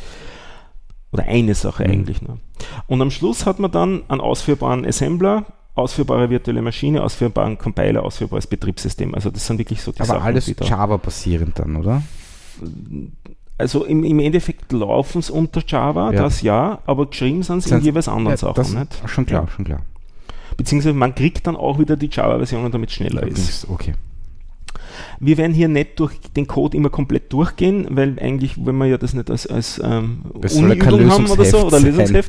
Oder eine Sache eigentlich nur. Und am Schluss hat man dann einen ausführbaren Assembler, ausführbare virtuelle Maschine, ausführbaren Compiler, ausführbares Betriebssystem. Also das sind wirklich so die Sachen. Aber alles Java-basierend dann, oder? Also im Endeffekt laufen es unter Java, aber geschrieben sind sie in jeweils anderen Sachen. Nicht? Schon klar. Beziehungsweise man kriegt dann auch wieder die Java-Version, damit es schneller ist. Okay. Wir werden hier nicht durch den Code immer komplett durchgehen, weil eigentlich, wenn wir ja das nicht als Uni-Übung haben oder so, oder Lösungsheft,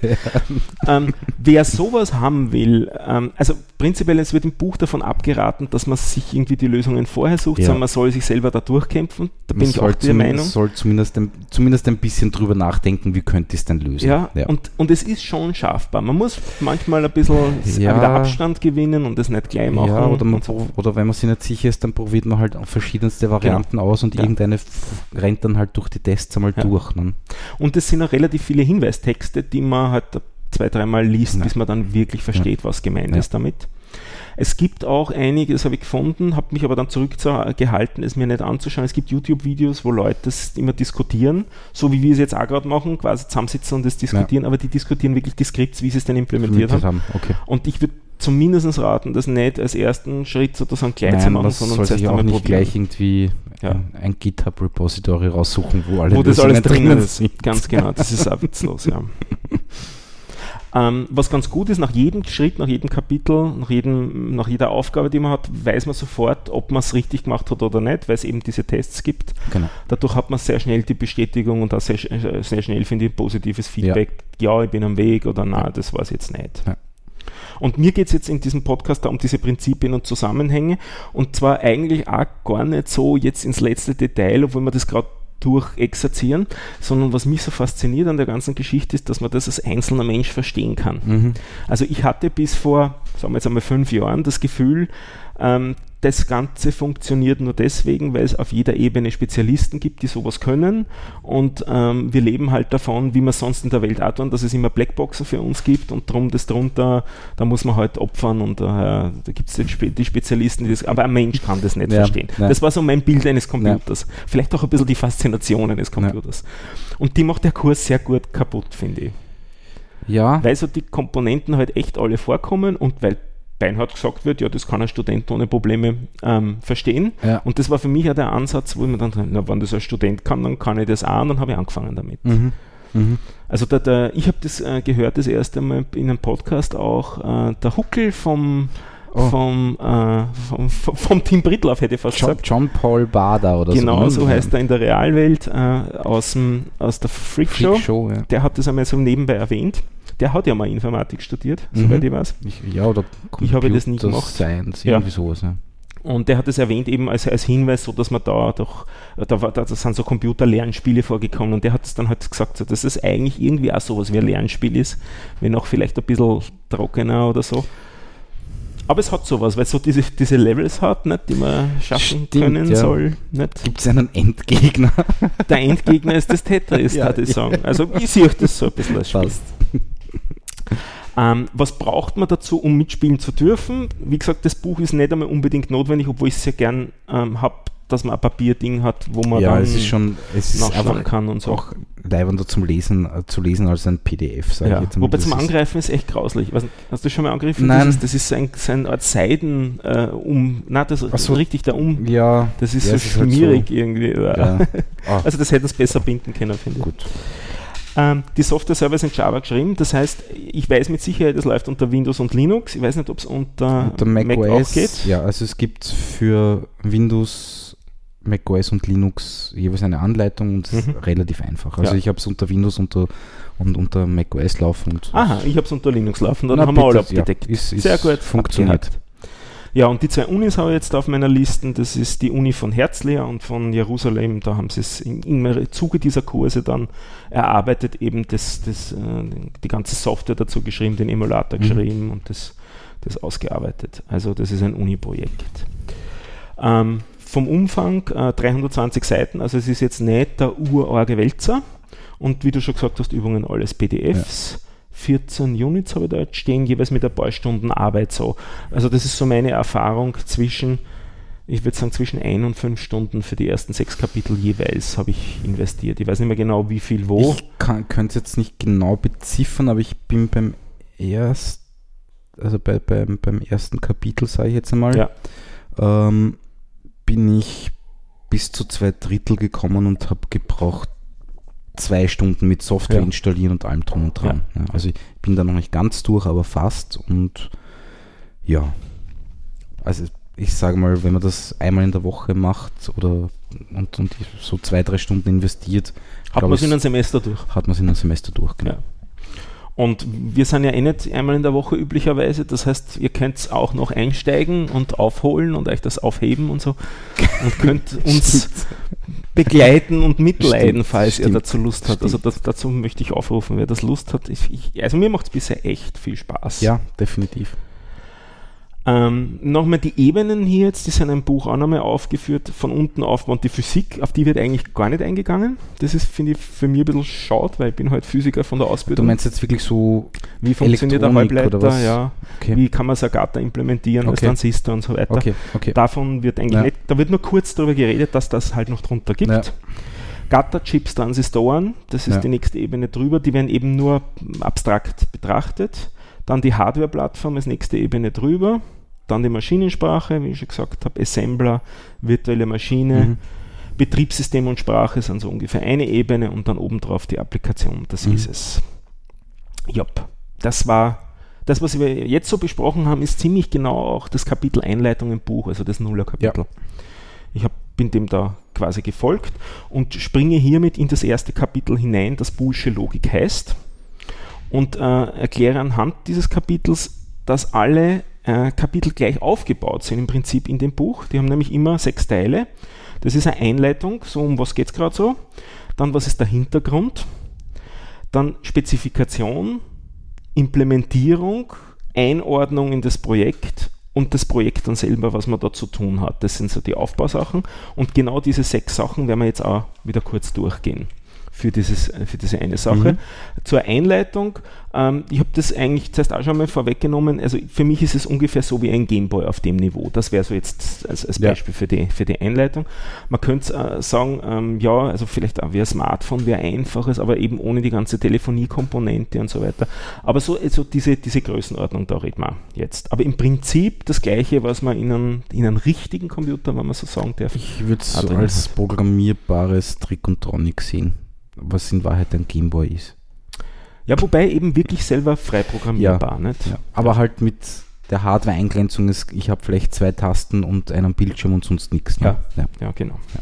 wer sowas haben will, also prinzipiell, es wird im Buch davon abgeraten, dass man sich irgendwie die Lösungen vorher sucht, sondern man soll sich selber da durchkämpfen. Da bin ich auch der Meinung. Man soll zumindest ein bisschen drüber nachdenken, wie könnte ich es denn lösen. Ja. Und es ist schon schaffbar. Man muss manchmal ein bisschen wieder Abstand gewinnen und das nicht gleich machen. Ja, oder wenn man sich nicht sicher ist, dann probiert man halt verschiedenste Varianten aus und irgendeine rennt dann halt durch die Tests einmal durch. Ne? Und es sind auch relativ viele Hinweistexte, die man halt 2-3 Mal liest, bis man dann wirklich versteht, was gemeint ist damit. Es gibt auch einiges, habe ich gefunden, habe mich aber dann zurückgehalten, es mir nicht anzuschauen. Es gibt YouTube-Videos, wo Leute das immer diskutieren, so wie wir es jetzt auch gerade machen, quasi zusammensitzen und das diskutieren, aber die diskutieren wirklich die Skripts, wie sie es denn implementiert haben. Okay. Und ich würde zumindest raten, das nicht als ersten Schritt sozusagen gleich zu machen, sondern zuerst einmal nicht gleich irgendwie ein GitHub-Repository raussuchen, wo das alles drinnen ist. Ganz genau, das ist auch witzlos, was ganz gut ist, nach jedem Schritt, nach jedem Kapitel, nach jeder Aufgabe, die man hat, weiß man sofort, ob man es richtig gemacht hat oder nicht, weil es eben diese Tests gibt. Genau. Dadurch hat man sehr schnell die Bestätigung und auch sehr schnell, finde ich, positives Feedback. Ja, ich bin am Weg oder nein, das war es jetzt nicht. Ja. Und mir geht es jetzt in diesem Podcast da um diese Prinzipien und Zusammenhänge und zwar eigentlich auch gar nicht so jetzt ins letzte Detail, obwohl wir das gerade durchexerzieren, sondern was mich so fasziniert an der ganzen Geschichte ist, dass man das als einzelner Mensch verstehen kann. Also ich hatte bis vor, sagen wir jetzt einmal 5 Jahren, das Gefühl, das Ganze funktioniert nur deswegen, weil es auf jeder Ebene Spezialisten gibt, die sowas können und wir leben halt davon, wie wir sonst in der Welt auch tun, dass es immer Blackboxen für uns gibt und darum das drunter, da muss man halt opfern und da gibt es die Spezialisten, die das, aber ein Mensch kann das nicht verstehen. Ja. Das war so mein Bild eines Computers. Vielleicht auch ein bisschen die Faszination eines Computers. Und die macht der Kurs sehr gut kaputt, finde ich. Ja. Weil so die Komponenten halt echt alle vorkommen und weil beinhart gesagt wird, ja, das kann ein Student ohne Probleme verstehen. Ja. Und das war für mich auch der Ansatz, wo ich mir dann dachte, wenn das ein Student kann, dann kann ich das auch und dann habe ich angefangen damit. Also ich habe das gehört das erste Mal in einem Podcast auch, der Huckel vom Tim Brittlauf, hätte ich fast gesagt. John Paul Bader oder genau, so. Genau, so heißt er in der Realwelt aus der Freak Show. Ja. Der hat das einmal so nebenbei erwähnt. Der hat ja mal Informatik studiert, soweit ich weiß. Oder ich habe das nicht gemacht. Science, irgendwie sowas. Ja. Und der hat es erwähnt eben als Hinweis, so dass man da sind so Computer-Lernspiele vorgekommen und der hat es dann halt gesagt, so, dass es eigentlich irgendwie auch sowas wie ein Lernspiel ist, wenn auch vielleicht ein bisschen trockener oder so. Aber es hat sowas, weil es so diese Levels hat, nicht, die man schaffen können soll. Gibt es einen Endgegner? Der Endgegner ist das Tetris, würde ich sagen. Also ich sehe das so ein bisschen als Spiel. Was braucht man dazu, um mitspielen zu dürfen? Wie gesagt, das Buch ist nicht einmal unbedingt notwendig, obwohl ich es sehr gern habe, dass man ein Papierding hat, wo man dann es ist nachschlagen kann und so. Auch leibender zu lesen als ein PDF, sage ich jetzt mal. Wobei zum Angreifen ist echt grauslich. Hast du schon mal angegriffen? Nein. Das ist so eine Art Seiden das ist richtig da Ja. Das ist so schmierig halt so irgendwie. Ja. Also das hätte es besser binden können, finde ich. Gut. Die Software selber ist in Java geschrieben, das heißt, ich weiß mit Sicherheit, es läuft unter Windows und Linux. Ich weiß nicht, ob es unter Mac auch geht. Ja, also es gibt für Windows, macOS und Linux jeweils eine Anleitung und es ist relativ einfach. Also ich habe es unter Windows und unter macOS laufen. Aha, ich habe es unter Linux laufen, dann haben wir alle abgedeckt. Sehr gut funktioniert. Ja, und die 2 Unis habe ich jetzt auf meiner Liste. Das ist die Uni von Herzliya und von Jerusalem. Da haben sie es im Zuge dieser Kurse dann erarbeitet, eben die ganze Software dazu geschrieben, den Emulator geschrieben und das ausgearbeitet. Also das ist ein Uni-Projekt. Vom Umfang 320 Seiten, also es ist jetzt nicht der urorge Wälzer. Und wie du schon gesagt hast, Übungen alles PDFs. Ja. 14 Units habe ich da jetzt stehen, jeweils mit ein paar Stunden Arbeit so. Also das ist so meine Erfahrung zwischen 1 und 5 Stunden für die ersten 6 Kapitel jeweils habe ich investiert. Ich weiß nicht mehr genau, wie viel wo. Ich könnte es jetzt nicht genau beziffern, aber ich bin beim ersten Kapitel, sage ich jetzt einmal, bin ich bis zu 2/3 gekommen und habe gebraucht 2 Stunden mit Software installieren und allem drum und dran. Ja. Ja, also ich bin da noch nicht ganz durch, aber fast. Und ja, also ich sage mal, wenn man das einmal in der Woche macht und so 2-3 Stunden investiert, hat man es in einem Semester durch. Genau. Ja. Und wir sind ja nicht einmal in der Woche üblicherweise, das heißt, ihr könnt auch noch einsteigen und aufholen und euch das aufheben und so und könnt uns begleiten und mitleiden, falls ihr dazu Lust habt. Also dazu möchte ich aufrufen, wer das Lust hat. Also mir macht es bisher echt viel Spaß. Ja, definitiv. Nochmal die Ebenen hier jetzt, die sind im Buch auch nochmal aufgeführt, von unten aufbauen. Die Physik, auf die wird eigentlich gar nicht eingegangen. Das ist, finde ich, für mich ein bisschen schade, weil ich bin halt Physiker von der Ausbildung. Du meinst jetzt wirklich so, wie funktioniert der Halbleiter, oder was? Ja, okay. Wie kann man SAGATA implementieren als Transistor und so weiter. Okay. Davon wird eigentlich nicht, da wird nur kurz darüber geredet, dass das halt noch drunter gibt. Ja. GATA-Chips, Transistoren, das ist die nächste Ebene drüber, die werden eben nur abstrakt betrachtet. Dann die Hardware-Plattform als nächste Ebene drüber. Dann die Maschinensprache, wie ich schon gesagt habe, Assembler, virtuelle Maschine, Betriebssystem und Sprache sind so ungefähr eine Ebene und dann obendrauf die Applikation. Das ist es. Jopp. Das war das, was wir jetzt so besprochen haben, ist ziemlich genau auch das Kapitel Einleitung im Buch, also das Nuller-Kapitel. Ja. Ich bin dem da quasi gefolgt und springe hiermit in das erste Kapitel hinein, das Boolsche Logik heißt, und erkläre anhand dieses Kapitels, dass alle Kapitel gleich aufgebaut sind im Prinzip in dem Buch. Die haben nämlich immer 6 Teile. Das ist eine Einleitung, so um was geht es gerade so. Dann was ist der Hintergrund. Dann Spezifikation, Implementierung, Einordnung in das Projekt und das Projekt dann selber, was man da zu tun hat. Das sind so die Aufbausachen. Und genau diese 6 Sachen werden wir jetzt auch wieder kurz durchgehen. Für diese eine Sache. Zur Einleitung, ich habe das eigentlich zuerst auch schon mal vorweggenommen, also für mich ist es ungefähr so wie ein Gameboy auf dem Niveau. Das wäre so jetzt als Beispiel für die Einleitung. Man könnte sagen, also vielleicht auch wie ein Smartphone, wäre einfaches, aber eben ohne die ganze Telefoniekomponente und so weiter. Aber so diese Größenordnung, da reden wir jetzt. Aber im Prinzip das Gleiche, was man in einem richtigen Computer, wenn man so sagen darf. Ich würde es so als programmierbares Trick-und-Tronic sehen, was in Wahrheit ein Gameboy ist. Ja, wobei eben wirklich selber frei programmierbar. Ja, nicht? Ja. Aber halt mit der Hardware-Eingrenzung ist, ich habe vielleicht 2 Tasten und einen Bildschirm und sonst nichts. Ne? Ja, genau. Ja.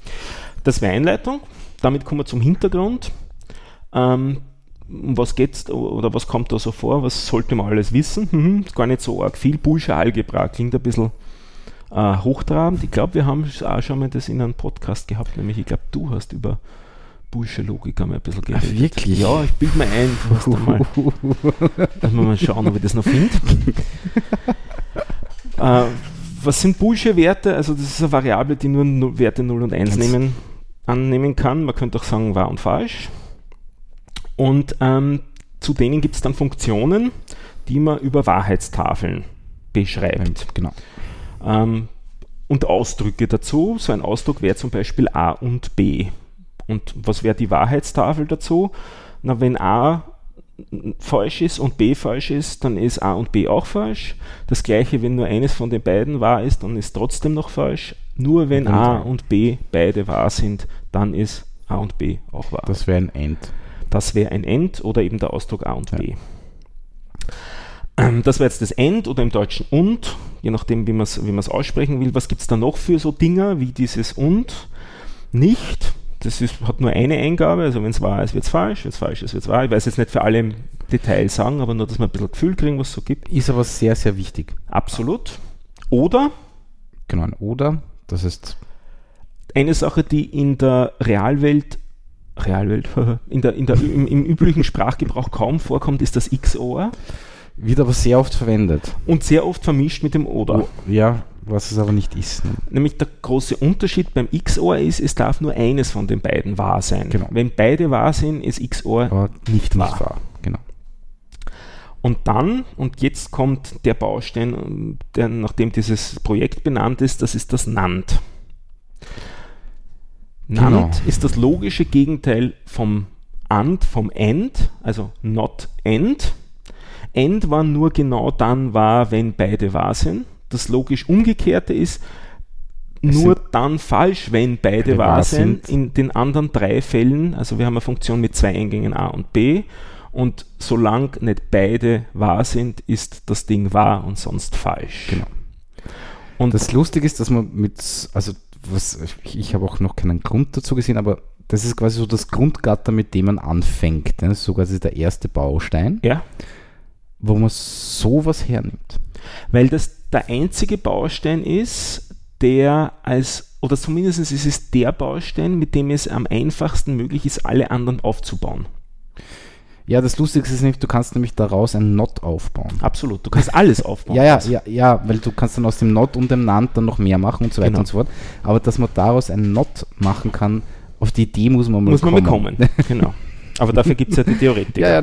Das wäre Einleitung. Damit kommen wir zum Hintergrund. Um was geht's oder was kommt da so vor? Was sollte man alles wissen? Ist gar nicht so arg viel. Boolsche Algebra klingt ein bisschen hochtrabend. Ich glaube, wir haben auch schon mal das in einem Podcast gehabt, nämlich ich glaube, du hast über Boolsche Logik einmal ein bisschen geredet. Ach, wirklich? Ja, ich bilde mir ein, dass wir mal schauen, ob ich das noch finde. Was sind Boolsche Werte? Also das ist eine Variable, die nur Werte 0 und 1 annehmen kann. Man könnte auch sagen, wahr und falsch. Und zu denen gibt es dann Funktionen, die man über Wahrheitstafeln beschreibt. Genau. Und Ausdrücke dazu. So ein Ausdruck wäre zum Beispiel A und B. Und was wäre die Wahrheitstafel dazu? Na, wenn A falsch ist und B falsch ist, dann ist A und B auch falsch. Das gleiche, wenn nur eines von den beiden wahr ist, dann ist trotzdem noch falsch. Nur wenn A und B beide wahr sind, dann ist A und B auch wahr. Das wäre ein End. Das wäre ein End oder eben der Ausdruck A und B. Das wäre jetzt das End oder im Deutschen und, je nachdem, wie man es aussprechen will. Was gibt es da noch für so Dinger wie dieses und? Nicht. Das hat nur eine Eingabe, also wenn es wahr ist, wird es falsch, wenn es falsch ist, wird es wahr. Ich weiß jetzt nicht für alle im Detail sagen, aber nur, dass wir ein bisschen Gefühl kriegen, was es so gibt. Ist aber sehr, sehr wichtig. Absolut. Oder? Genau, ein Oder. Das ist eine Sache, die in der im üblichen Sprachgebrauch kaum vorkommt, ist das XOR. Wird aber sehr oft verwendet. Und sehr oft vermischt mit dem Oder. Ja, was es aber nicht ist. Ne? Nämlich der große Unterschied beim XOR ist, es darf nur eines von den beiden wahr sein. Genau. Wenn beide wahr sind, ist XOR aber nicht wahr. Genau. Und dann, und jetzt kommt der Baustein, nachdem dieses Projekt benannt ist, das ist das NAND. NAND ist das logische Gegenteil vom AND, also not AND. AND war nur genau dann wahr, wenn beide wahr sind. Das logisch Umgekehrte ist nur dann falsch, wenn beide wahr sind. In den anderen 3 Fällen, also wir haben eine Funktion mit 2 Eingängen A und B, und solange nicht beide wahr sind, ist das Ding wahr und sonst falsch. Genau. Und das Lustige ist, dass man ich habe auch noch keinen Grund dazu gesehen, aber das ist quasi so das Grundgatter, mit dem man anfängt. Das ist so quasi der erste Baustein, wo man sowas hernimmt. Weil das der einzige Baustein ist, oder zumindest ist es der Baustein, mit dem es am einfachsten möglich ist, alle anderen aufzubauen. Ja, das Lustige ist nämlich, du kannst nämlich daraus ein Not aufbauen. Absolut, du kannst alles aufbauen. Ja, weil du kannst dann aus dem Not und dem NAND dann noch mehr machen und so weiter und so fort. Aber dass man daraus ein Not machen kann, auf die Idee muss man bekommen. Genau. Aber dafür gibt es ja die Theoretiker.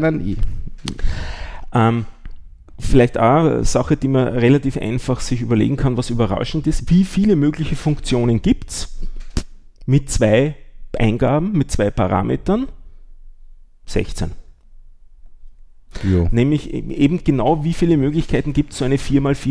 Vielleicht auch eine Sache, die man relativ einfach sich überlegen kann, was überraschend ist. Wie viele mögliche Funktionen gibt es mit 2 Eingaben, mit 2 Parametern? 16. Jo. Nämlich eben genau, wie viele Möglichkeiten gibt es, so eine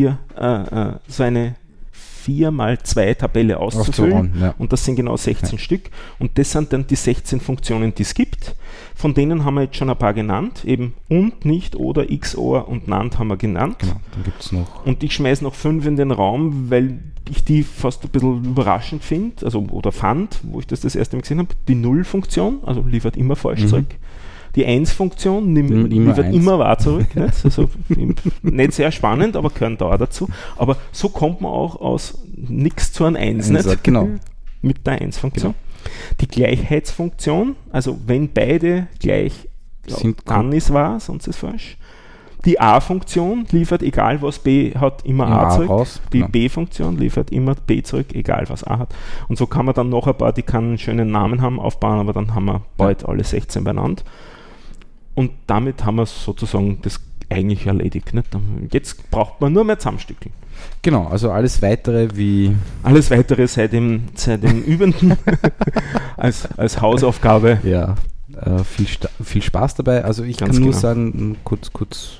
4x2 Tabelle auszufüllen. Und das sind genau 16 Stück. Und das sind dann die 16 Funktionen, die es gibt. Von denen haben wir jetzt schon ein paar genannt. Eben und, nicht, oder, XOR und NAND haben wir genannt. Genau, dann gibt es noch. Und ich schmeiße noch 5 in den Raum, weil ich die fast ein bisschen überraschend finde, oder fand, wo ich das erste Mal gesehen habe. Die Null-Funktion, also liefert immer falsch zurück. Die 1-Funktion liefert immer wahr zurück. Nicht? Also nicht sehr spannend, aber gehören da dazu. Aber so kommt man auch aus nichts zu einem 1. Nicht? Genau. Mit der 1-Funktion. Genau. Die Gleichheitsfunktion, also wenn beide gleich sind, dann ist wahr, sonst ist falsch. Die A-Funktion liefert, egal was B hat, immer A zurück. Raus. Die B-Funktion liefert immer B zurück, egal was A hat. Und so kann man dann noch ein paar, die keinen schönen Namen haben, aufbauen, aber dann haben wir bald alle 16 beieinander. Und damit haben wir sozusagen das eigentlich erledigt. Nicht? Jetzt braucht man nur mehr zusammenstückeln. Genau, also alles Weitere seit dem Übenden als Hausaufgabe. Ja, viel Spaß dabei. Also ich kann nur sagen, kurz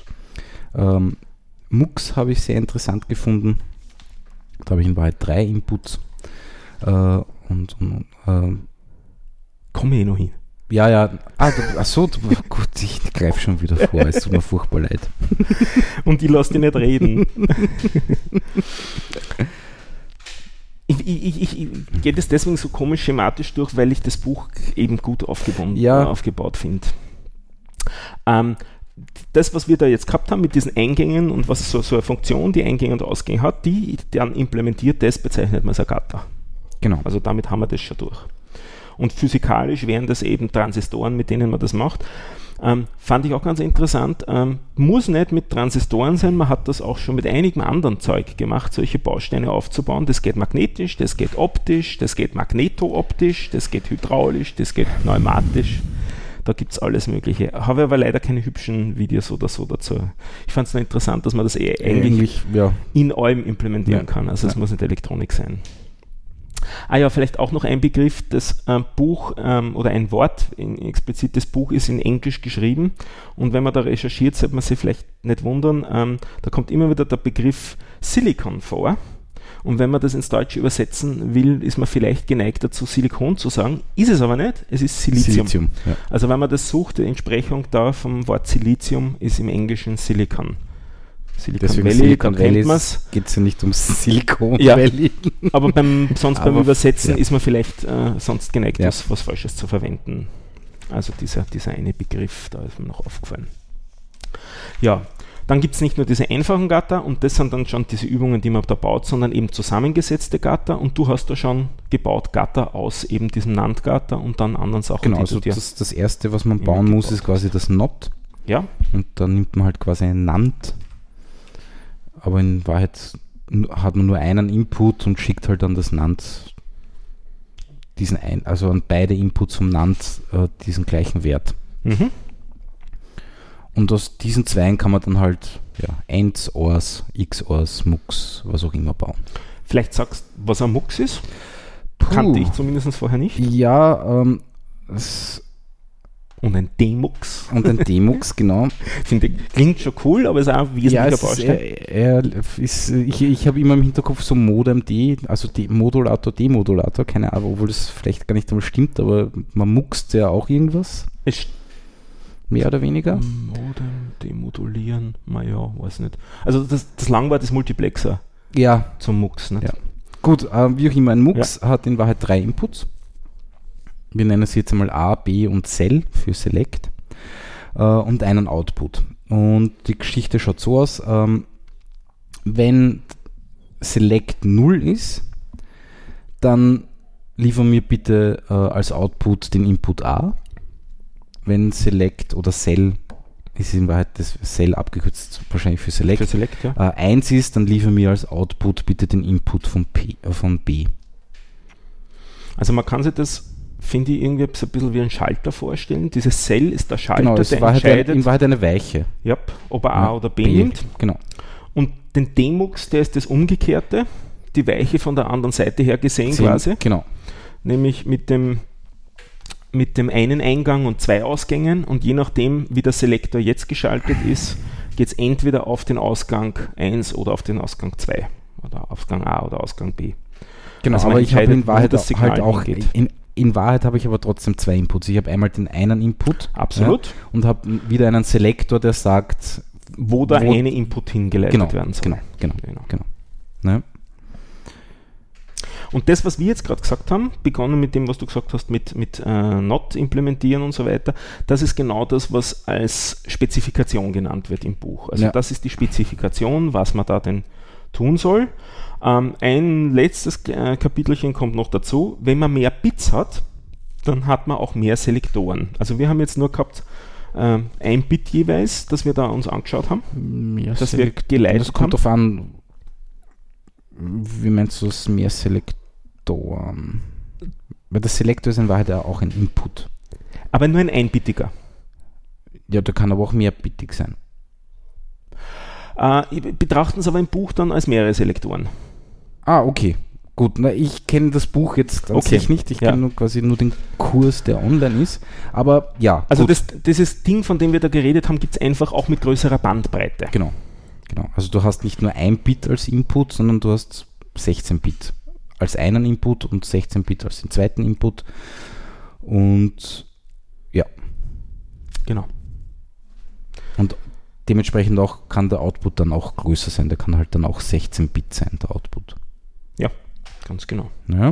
MUX habe ich sehr interessant gefunden. Da habe ich in Wahrheit 3 Inputs. Kommen wir noch hin. Ja. Gut, ich greife schon wieder vor, es tut mir furchtbar leid. Und ich lasse dich nicht reden. Ich gehe das deswegen so komisch schematisch durch, weil ich das Buch eben gut aufgebaut finde. Das, was wir da jetzt gehabt haben mit diesen Eingängen und was so eine Funktion, die Eingänge und Ausgänge hat, die dann implementiert, das bezeichnet man als Gatter. Genau. Also damit haben wir das schon durch. Und physikalisch wären das eben Transistoren, mit denen man das macht. Fand ich auch ganz interessant. Muss nicht mit Transistoren sein, man hat das auch schon mit einigem anderen Zeug gemacht, solche Bausteine aufzubauen. Das geht magnetisch, das geht optisch, das geht magnetooptisch, das geht hydraulisch, das geht pneumatisch, Da gibt es alles Mögliche. Habe aber leider keine hübschen Videos oder so dazu. Ich fand es nur interessant, dass man das eigentlich in allem implementieren kann. Also es muss nicht Elektronik sein. Vielleicht auch noch ein Begriff, das Buch oder ein Wort, ein explizites Buch ist in Englisch geschrieben und wenn man da recherchiert, sollte man sich vielleicht nicht wundern, da kommt immer wieder der Begriff Silicon vor und wenn man das ins Deutsche übersetzen will, ist man vielleicht geneigt dazu, Silikon zu sagen, ist es aber nicht, es ist Silizium. Also wenn man das sucht, die Entsprechung da vom Wort Silizium ist im Englischen Silicon. Silicon Valley, da kennt man es. Geht es ja nicht um Silicon Valley. Aber beim Übersetzen ist man vielleicht sonst geneigt, was Falsches zu verwenden. Also dieser eine Begriff, da ist mir noch aufgefallen. Ja, dann gibt es nicht nur diese einfachen Gatter und das sind dann schon diese Übungen, die man da baut, sondern eben zusammengesetzte Gatter und du hast da schon gebaut Gatter aus eben diesem NAND-Gatter und dann anderen Sachen. Genau, also das erste, was man bauen muss, ist quasi das NOT. Ja. Und dann nimmt man halt quasi ein NAND. Aber in Wahrheit hat man nur einen Input und schickt halt dann das NAND also an beide Inputs vom NAND diesen gleichen Wert. Mhm. Und aus diesen zweien kann man dann halt ANDs, ORs, XORs, MUX, was auch immer bauen. Vielleicht sagst du, was ein MUX ist? Kannte ich zumindest vorher nicht. Ja, und ein Demux. Und ein Demux, genau. Finde, klingt schon cool, aber ist auch ein wesentlicher Baustein. Ich habe immer im Hinterkopf so Modem D, also Modulator, Demodulator, keine Ahnung, obwohl das vielleicht gar nicht einmal stimmt, aber man muxt ja auch irgendwas. Mehr oder weniger. Modem, demodulieren, weiß nicht. Also das Langwort ist Multiplexer. Ja. Zum Mux, nicht? Ja. Gut, wie auch immer, ein Mux hat in Wahrheit 3 Inputs. Wir nennen es jetzt einmal A, B und Cell für Select und einen Output. Und die Geschichte schaut so aus, wenn Select 0 ist, dann liefern wir bitte als Output den Input A. Wenn Select oder Cell, ist in Wahrheit das Cell abgekürzt wahrscheinlich für Select, 1 ist, dann liefern wir als Output bitte den Input von B. Also man kann sich das, finde ich, irgendwie so ein bisschen wie ein Schalter vorstellen. Dieses Cell ist der Schalter, der entscheidet. In Wahrheit eine Weiche. Ja, ob er A oder B nimmt. Genau. Und den Demux, der ist das Umgekehrte, die Weiche von der anderen Seite her gesehen quasi. Genau. Nämlich mit dem einen Eingang und 2 Ausgängen und je nachdem, wie der Selektor jetzt geschaltet ist, geht es entweder auf den Ausgang 1 oder auf den Ausgang 2 oder Ausgang A oder Ausgang B. Genau, also aber ich habe in Wahrheit halt auch in Wahrheit habe ich aber trotzdem 2 Inputs. Ich habe einmal den einen Input und habe wieder einen Selektor, der sagt, wo der eine Input hingeleitet werden soll. Genau. Ja. Und das, was wir jetzt gerade gesagt haben, begonnen mit dem, was du gesagt hast, mit Not implementieren und so weiter, das ist genau das, was als Spezifikation genannt wird im Buch. Also das ist die Spezifikation, was man da denn tun soll. Ein letztes Kapitelchen kommt noch dazu. Wenn man mehr Bits hat, dann hat man auch mehr Selektoren. Also wir haben jetzt nur gehabt ein Bit jeweils, das wir da uns angeschaut haben, das wir geleitet haben. Das kommt darauf an, wie meinst du das, mehr Selektoren? Weil der Selektor ist in Wahrheit auch ein Input. Aber nur ein einbittiger. Ja, der kann aber auch mehrbittig sein. Betrachten es aber im Buch dann als mehrere Selektoren. Okay. Gut, ich kenne das Buch jetzt an sich nicht. Ich kenne quasi nur den Kurs, der online ist. Aber ja. Also dieses Ding, von dem wir da geredet haben, gibt es einfach auch mit größerer Bandbreite. Genau. Also du hast nicht nur ein Bit als Input, sondern du hast 16 Bit als einen Input und 16 Bit als den zweiten Input. Und ja. Genau. Und dementsprechend auch kann der Output dann auch größer sein. Der kann halt dann auch 16 Bit sein, der Output. Ja, ganz genau. Ja.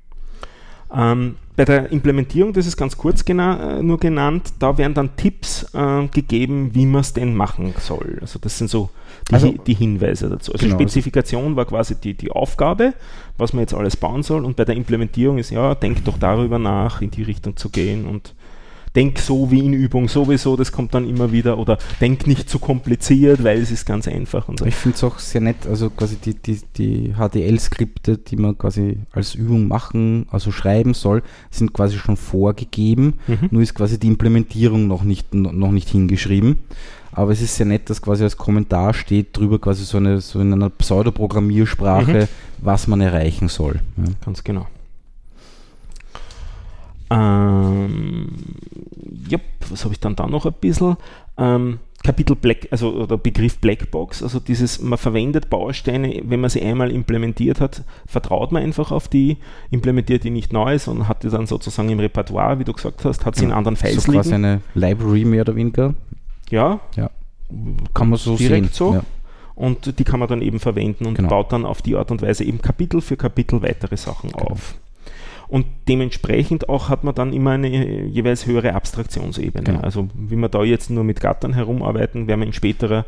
Bei der Implementierung, das ist ganz kurz nur genannt, da werden dann Tipps gegeben, wie man es denn machen soll. Also das sind so die Hinweise dazu. Also genau, Spezifikation war quasi die Aufgabe, was man jetzt alles bauen soll und bei der Implementierung ist, denkt doch darüber nach, in die Richtung zu gehen und denk so wie in Übung sowieso, das kommt dann immer wieder, oder denk nicht zu kompliziert, weil es ist ganz einfach und so. Ich finde es auch sehr nett, also quasi die HTL-Skripte, die man quasi als Übung machen, also schreiben soll, sind quasi schon vorgegeben, nur ist quasi die Implementierung noch nicht hingeschrieben. Aber es ist sehr nett, dass quasi als Kommentar steht drüber quasi so in einer Pseudoprogrammiersprache, was man erreichen soll. Ja. Ganz genau. Was habe ich dann da noch ein bisschen? Kapitel oder Begriff Blackbox, also man verwendet Bausteine, wenn man sie einmal implementiert hat, vertraut man einfach auf die, implementiert die nicht neu, sondern hat die dann sozusagen im Repertoire, wie du gesagt hast, hat sie in anderen Files liegen. So quasi eine Library mehr oder weniger. Ja. Kann man so direkt sehen. So. Ja. Und die kann man dann eben verwenden und baut dann auf die Art und Weise eben Kapitel für Kapitel weitere Sachen auf. Und dementsprechend auch hat man dann immer eine jeweils höhere Abstraktionsebene. Genau. Also wie wir da jetzt nur mit Gattern herumarbeiten, werden wir in späteren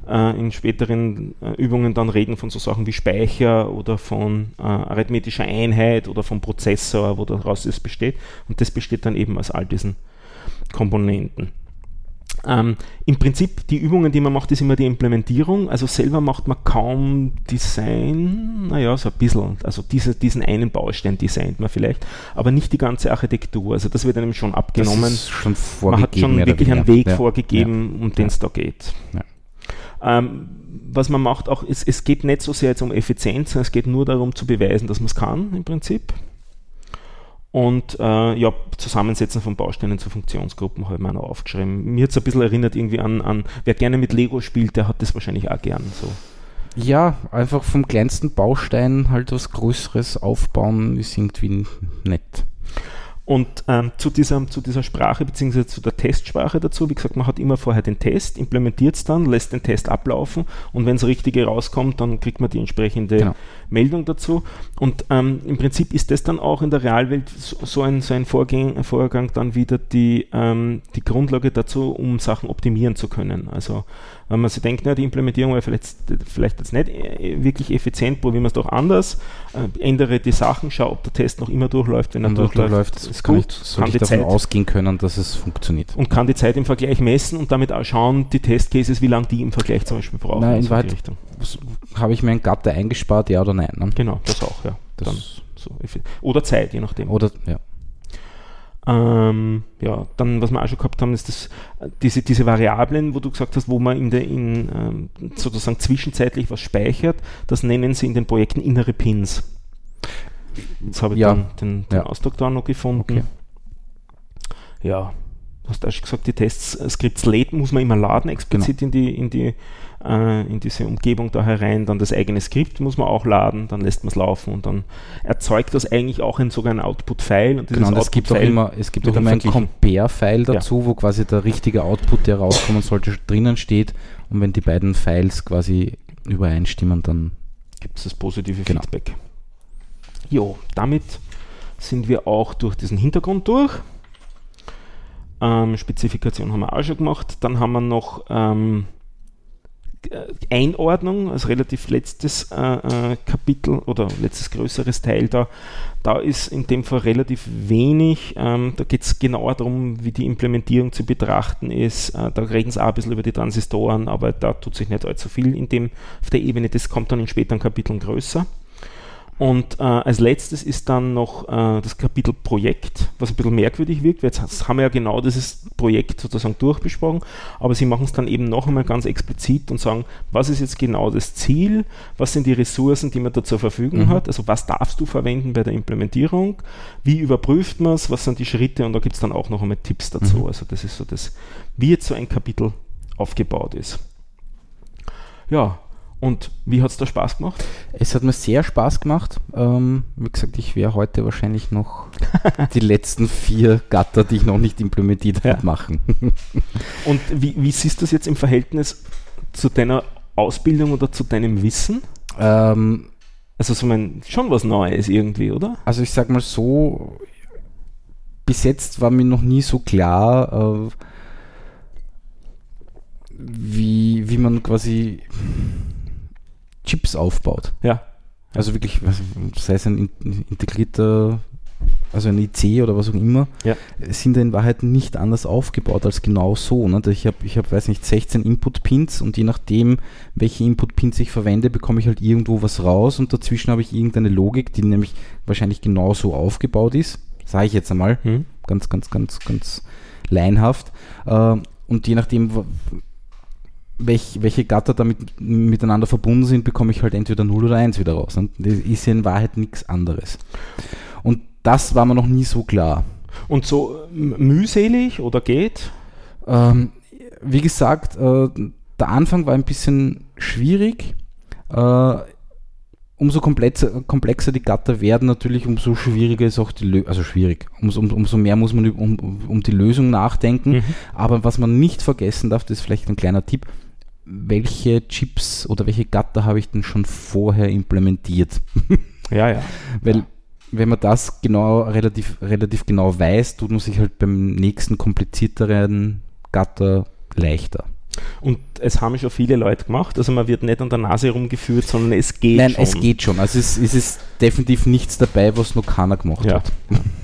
Übungen dann reden von so Sachen wie Speicher oder von arithmetischer Einheit oder vom Prozessor, wo daraus das besteht. Und das besteht dann eben aus all diesen Komponenten. Im Prinzip, die Übungen, die man macht, ist immer die Implementierung. Also selber macht man kaum Design, so ein bisschen. Also diesen einen Baustein designt man vielleicht, aber nicht die ganze Architektur. Also das wird einem schon abgenommen. Das ist schon vorgegeben. Man hat schon wirklich einen Weg vorgegeben, um den es da geht. Ja. Was man macht auch, es geht nicht so sehr jetzt um Effizienz, sondern es geht nur darum zu beweisen, dass man es kann im Prinzip. Und Zusammensetzen von Bausteinen zu Funktionsgruppen habe ich mir noch aufgeschrieben. Mir hat es ein bisschen erinnert irgendwie an, wer gerne mit Lego spielt, der hat das wahrscheinlich auch gern so. Ja, einfach vom kleinsten Baustein halt was Größeres aufbauen ist irgendwie nett. Und zu dieser Sprache bzw. zu der Testsprache dazu, wie gesagt, man hat immer vorher den Test, implementiert es dann, lässt den Test ablaufen und wenn das Richtige rauskommt, dann kriegt man die entsprechende Meldung dazu. Und im Prinzip ist das dann auch in der Realwelt so ein Vorgang dann wieder die Grundlage dazu, um Sachen optimieren zu können. Also wenn man sich denkt, die Implementierung war vielleicht jetzt nicht wirklich effizient, probieren wir es doch anders, ändere die Sachen, schau, ob der Test noch immer durchläuft. Wenn er durchläuft, ist gut. Soll ich davon ausgehen können, dass es funktioniert. Und kann die Zeit im Vergleich messen und damit auch schauen, die Testcases, wie lange die im Vergleich zum Beispiel brauchen. Nein, in Wahrheit habe ich mir einen Gatter eingespart, ja oder nein? Ne? Genau, das auch, ja. Oder Zeit, je nachdem. Dann, was wir auch schon gehabt haben, ist diese Variablen, wo du gesagt hast, wo man sozusagen zwischenzeitlich was speichert, das nennen sie in den Projekten innere Pins. Jetzt habe ich dann den Ausdruck da noch gefunden. Okay. Ja, du hast auch schon gesagt, die Testskripts muss man immer laden, explizit in diese Umgebung da herein, dann das eigene Skript muss man auch laden, dann lässt man es laufen und dann erzeugt das eigentlich auch sogar ein Output-File. Und es gibt auch immer ein Compare-File dazu, wo quasi der richtige Output, der rauskommen sollte, drinnen steht und wenn die beiden Files quasi übereinstimmen, dann gibt es das positive Feedback. Jo, damit sind wir auch durch diesen Hintergrund durch. Spezifikation haben wir auch schon gemacht. Dann haben wir noch Einordnung als relativ letztes Kapitel oder letztes größeres Teil da. Da ist in dem Fall relativ wenig. Da geht es genauer darum, wie die Implementierung zu betrachten ist. Da reden sie auch ein bisschen über die Transistoren, aber da tut sich nicht allzu viel auf der Ebene. Das kommt dann in späteren Kapiteln größer. Und als letztes ist dann noch das Kapitel Projekt, was ein bisschen merkwürdig wirkt. Jetzt haben wir ja genau dieses Projekt sozusagen durchbesprochen, aber sie machen es dann eben noch einmal ganz explizit und sagen, was ist jetzt genau das Ziel, was sind die Ressourcen, die man da zur Verfügung hat, also was darfst du verwenden bei der Implementierung, wie überprüft man es, was sind die Schritte und da gibt es dann auch noch einmal Tipps dazu. Also das ist so das, wie jetzt so ein Kapitel aufgebaut ist. Ja. Und wie hat es da Spaß gemacht? Es hat mir sehr Spaß gemacht. Wie gesagt, ich werde heute wahrscheinlich noch die letzten 4 Gatter, die ich noch nicht implementiert habe, machen. Und wie siehst du das jetzt im Verhältnis zu deiner Ausbildung oder zu deinem Wissen? Also schon was Neues irgendwie, oder? Also ich sag mal so, bis jetzt war mir noch nie so klar, wie man quasi Chips aufbaut. Ja. Also wirklich, sei es ein integrierter also ein IC oder was auch immer, Ja. sind in Wahrheit nicht anders aufgebaut als genau so. Ne? Ich hab, weiß nicht, 16 Input-Pins und je nachdem, welche Input-Pins ich verwende, bekomme ich halt irgendwo was raus und dazwischen habe ich irgendeine Logik, die nämlich wahrscheinlich genau so aufgebaut ist, sage ich jetzt einmal, ganz laienhaft. Und je nachdem, welche Gatter damit miteinander verbunden sind, bekomme ich halt entweder 0 oder 1 wieder raus. Und das ist ja in Wahrheit nichts anderes. Und das war mir noch nie so klar. Und so mühselig oder geht? Wie gesagt, der Anfang war ein bisschen schwierig. Umso komplexer die Gatter werden natürlich, umso schwieriger ist auch die Lösung. Also schwierig. Umso mehr muss man um die Lösung nachdenken. Aber was man nicht vergessen darf, das ist vielleicht ein kleiner Tipp, welche Chips oder welche Gatter habe ich denn schon vorher implementiert? Ja. Weil wenn man das relativ genau weiß, tut man sich halt beim nächsten komplizierteren Gatter leichter. Und es haben schon viele Leute gemacht, also man wird nicht an der Nase rumgeführt, sondern es geht schon. Nein, es geht schon. Also es ist definitiv nichts dabei, was noch keiner gemacht hat.